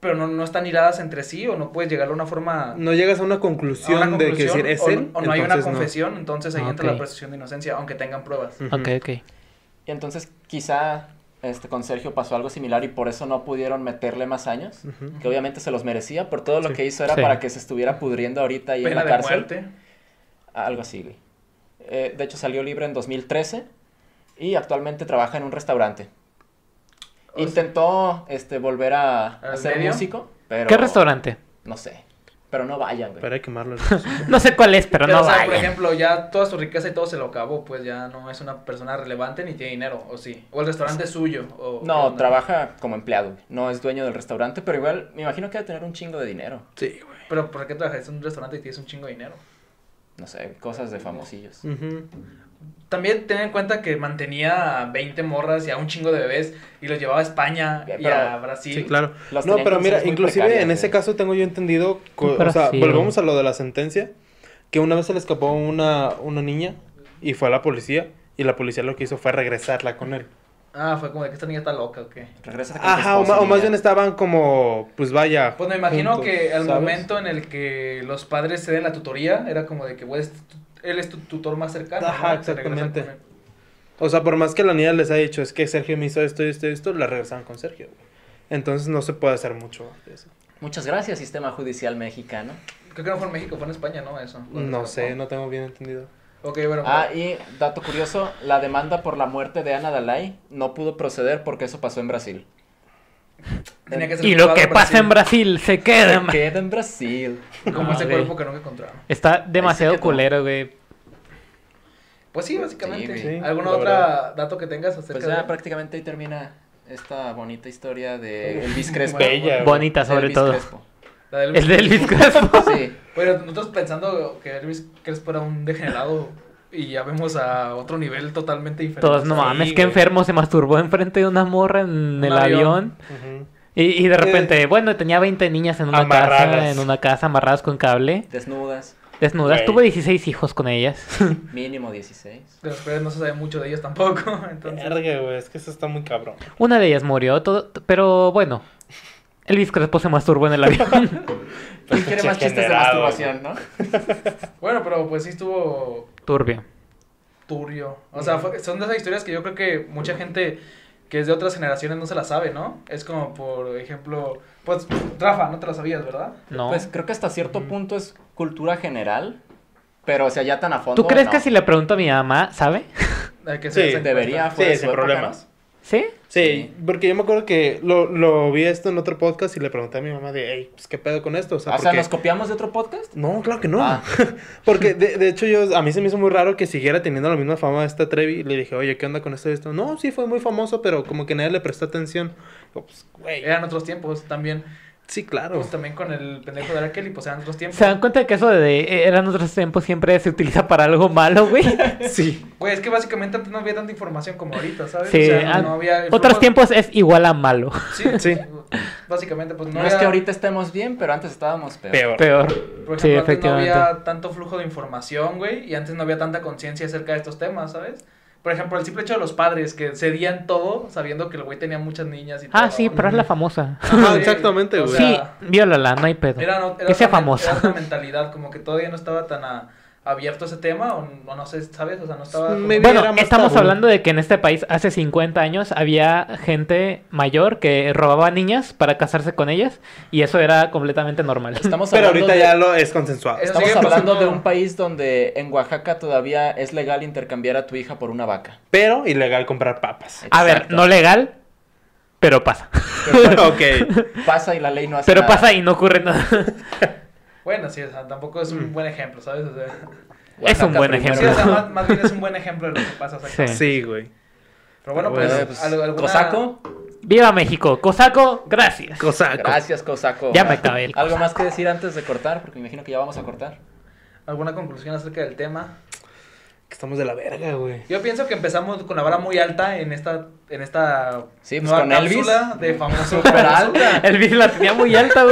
pero no, no están hiladas entre sí o no puedes llegar a una forma... No llegas a una a conclusión, una de que conclusión, decir, es o, él. o no hay una entonces no. confesión, entonces ahí Ah, entra ok. la presunción de inocencia, aunque tengan pruebas. Ujú. Ok, ok. Y entonces quizá este con Sergio pasó algo similar y por eso no pudieron meterle más años, Ujú. que obviamente se los merecía por todo lo Sí. que hizo, era Sí. para que se estuviera pudriendo ahorita ahí en Pena la de cárcel. muerte. Algo así, güey. Eh, de hecho salió libre en dos mil trece y actualmente trabaja en un restaurante. O sea- Intentó este volver a, a ¿Al ser medio? músico, pero ¿Qué restaurante? no sé. Pero no vayan, güey. Pero hay que quemarlo. No sé cuál es, pero, Pero, no o sea, por vayan. ejemplo, ya toda su riqueza y todo se lo acabó, pues ya no es una persona relevante ni tiene dinero, o sí. O el restaurante es suyo, o... ¿qué No, onda? trabaja como empleado, güey. No es dueño del restaurante, pero igual me imagino que debe tener un chingo de dinero. Sí, güey. Pero ¿por qué trabajas en un restaurante y tienes un chingo de dinero? No sé, cosas de famosillos. Ujú. También ten en cuenta que mantenía a veinte morras y a un chingo de bebés y los llevaba a España y Pero- a Brasil. Sí, claro. Los No, tenía pero en mira, condiciones muy inclusive precarias, en ese güey. caso tengo yo entendido, co- Pero o sea, sí, volvemos güey. a lo de la sentencia, que una vez se le escapó una, una niña y fue a la policía y la policía lo que hizo fue regresarla con él. Ah, fue como de que esta niña está loca, ¿o qué? Regrésate con tu Ajá, o, esposa, ma- o más niña. bien estaban como, pues vaya. Pues me imagino juntos, que al ¿sabes? momento en el que los padres ceden la tutoría, era como de que güey, es tu- él es tu tutor más cercano. Ajá, ¿no? Se regresa exactamente. con él. O sea, por más que la niña les haya dicho, es que Sergio me hizo esto, esto, esto, la regresaron con Sergio. Güey. Entonces no se puede hacer mucho de eso. Muchas gracias, sistema judicial mexicano. Creo que no fue en México, fue en España, ¿no? Eso. No sé, no tengo bien entendido. Ok, bueno. Ah, y dato curioso, la demanda por la muerte de Ana Dalai no pudo proceder porque eso pasó en Brasil. tenía que ser Y lo juzgado que en pasa en Brasil, Brasil se queda en Brasil. Queda en Brasil. Como Ah, ese ok. cuerpo que nunca encontraron. Está demasiado quedó. culero, güey. Pues sí, básicamente. Sí, güey. ¿Alguna Sí, la otra verdad. dato que tengas acerca Pues ya de prácticamente ahí termina esta bonita historia de Elvis Crespo. Bella, güey. Bonita, sobre Elvis todo. Crespo. la de Elvis El de Elvis Crespo. Sí. Pero nosotros pensando que Elvis Crespo era un degenerado y ya vemos a otro nivel totalmente diferente. Todos, no O sea, mames, sí, qué güey. enfermo se masturbó enfrente de una morra en Un el avión. avión. Ujú. Y, y de repente, bueno, tenía veinte niñas en una Amarradas. casa, en una casa amarradas con cable, Desnudas. desnudas. Güey. Tuvo dieciséis hijos con ellas. Mínimo dieciséis. De los cuales no se sabe mucho de ellos tampoco. Entonces, Verga, güey, es que eso está muy cabrón. Una de ellas murió, todo, pero bueno, Elvis Crespo se masturbó en el avión. ¿Quién quiere más chistes de Degenerado, masturbación, no? bueno, pero pues sí estuvo Turbio. turbio. O sea, fue- son de esas historias que yo creo que mucha gente que es de otras generaciones no se la sabe, ¿no? Es como, por ejemplo, pues, Rafa, no te la sabías, ¿verdad? No. Pues creo que hasta cierto punto es cultura general, pero o sea, ya tan a fondo. ¿Tú crees no. que si le pregunto a mi mamá, sabe? Hay que Sí, hacer esa Debería, encuesta. fue Sí, de su sin época, problemas. ¿Sí? Sí, Sí. porque yo me acuerdo que lo, lo vi esto en otro podcast y le pregunté a mi mamá de, hey, pues qué pedo con esto. O ¿no? sea, O sea, porque... ¿nos copiamos de otro podcast? No, claro que no. Ah. Porque de, de hecho yo, a mí se me hizo muy raro que siguiera teniendo la misma fama esta Trevi. Y le dije, oye, ¿qué onda con esto y esto? No, sí, fue muy famoso, pero como que nadie le prestó atención. Digo, pues, güey. Eran otros tiempos también. Sí, claro. Pues también con el pendejo de Arakel y pues eran otros tiempos. ¿Se dan cuenta que eso de, de eran otros tiempos siempre se utiliza para algo malo, güey? Sí. Güey, es que básicamente antes no había tanta información como ahorita, ¿sabes? Sí, o sea, no, an- no había... el Otros flujo- tiempos es igual a malo. Sí, Sí. Básicamente, pues no, No, había... es que ahorita estemos bien, pero antes estábamos peor. Peor. Peor. Por Sí, ejemplo, antes no efectivamente. había tanto flujo de información, güey, y antes no había tanta conciencia acerca de estos temas, ¿sabes? Por ejemplo, el simple hecho de los padres que cedían todo sabiendo que el güey tenía muchas niñas y todo. Ah, sí, pero es la famosa. Ajá, Sí, exactamente, o güey. sea, Sí, viólala, no hay pedo. Era, no- era Que sea otra men- famosa. Era otra mentalidad, como que todavía no estaba tan a- abierto a ese tema, o, o no sé, ¿sabes? O sea, no estaba... como- Maybe Bueno, era más estamos tabú. hablando de que en este país hace cincuenta años había gente mayor que robaba niñas para casarse con ellas y eso era completamente normal. Estamos Pero hablando ahorita de- ya lo es consensuado. Eso Estamos sigue hablando pasando- de un país donde en Oaxaca todavía es legal intercambiar a tu hija por una vaca. Pero ilegal comprar papas. A ver, Exacto. no legal, pero pasa. Ok. Pasa y la ley no hace Pero nada. pasa y no ocurre nada. Bueno, sí, o sea, tampoco es un buen ejemplo, ¿sabes? O sea, Es un buen primero. sí, o sea, ejemplo. más, más bien es un buen ejemplo de lo que pasa. exactamente. Sí, güey. Pero bueno, Pero pues, Eh, pues, algo- alguna... Cosaco, Viva México, Cosaco, gracias. Cosaco. gracias Cosaco. Ya me acabé el ¿Algo más que decir antes de cortar? Porque me imagino que ya vamos a cortar. ¿Alguna conclusión acerca del tema? Que estamos de la verga, güey. Yo pienso que empezamos con la vara muy alta en esta, en esta Sí, pues nueva con Elvis. cápsula de famoso. Súper famoso. alta. El bici la tenía muy alta, güey.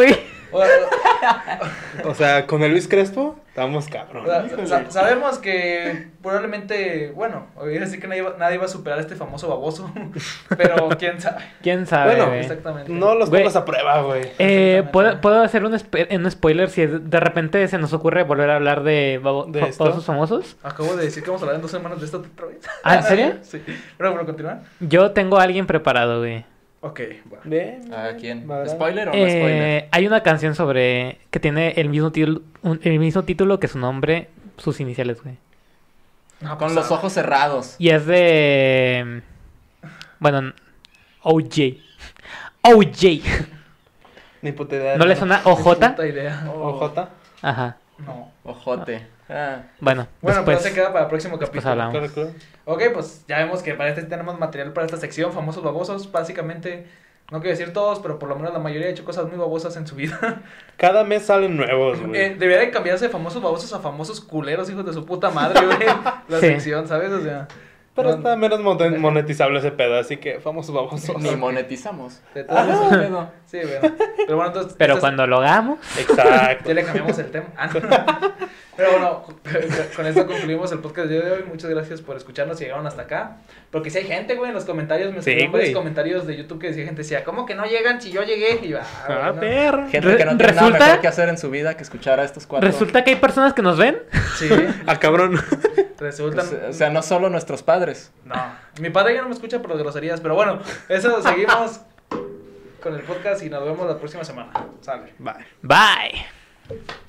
O- O sea, con el Luis Crespo, estamos cabrón. o sea, sa- sabemos que probablemente, bueno, voy a decir que nadie va, nadie va a superar a este famoso baboso, pero quién sabe. ¿Quién sabe, Bueno, güey? Exactamente. No los Güey. pongas a prueba, güey. Eh, Exactamente. ¿puedo, ¿Puedo hacer un, sp- un spoiler si de repente se nos ocurre volver a hablar de, babo- ¿De fa- esto? famosos famosos? Acabo de decir que vamos a hablar en dos semanas de esto otra vez. ¿Ah, en serio? Sí. Pero bueno, continuar. Yo tengo a alguien preparado, güey. Ok, va. Bien. ¿A quién? ¿verdad? ¿Spoiler o no spoiler? Eh, hay una canción sobre que tiene el mismo, título el mismo título que su nombre, sus iniciales, güey. No, Con pues, los ah, ojos cerrados. Y es de... Bueno, O J. O J. Ni puta idea. ¿No le suena O J? puta idea. ¿O J? Ajá. No. Ojote. Ah. Bueno, Bueno, después, pero se queda para el próximo después capítulo. hablamos. Claro, claro. Ok, pues ya vemos que para este tenemos material para esta sección, famosos babosos. Básicamente, no quiero decir todos, pero por lo menos la mayoría ha hecho cosas muy babosas en su vida. Cada mes salen nuevos, Eh, güey. debería de cambiarse de famosos babosos a famosos culeros, hijos de su puta madre, güey. La Sí. sección, ¿sabes? O sea, Pero no- está menos mon- monetizable ese pedo, así que famosos babosos. Ni monetizamos. de todas Ah, maneras, pedo. sí, bueno. Pero bueno, entonces. Pero estas- cuando lo hagamos... Exacto. Ya le cambiamos el tema. Ah, no. Pero bueno, con esto concluimos el podcast del día de hoy. Muchas gracias por escucharnos y llegaron hasta acá. Porque si hay gente, güey, en los comentarios, me Sí, escribieron varios güey. comentarios de YouTube que decía gente, decía, ¿cómo que no llegan si yo llegué? Y va, Ah, perro. Gente Re- que no tiene resulta- nada mejor que hacer en su vida que escuchar a estos cuatro. Resulta que hay personas que nos ven. Sí, Ah, cabrón. resulta. Pues, o sea, no solo nuestros padres. No, mi padre ya no me escucha por las groserías, pero bueno, eso seguimos con el podcast y nos vemos la próxima semana. Sale. Bye. Bye.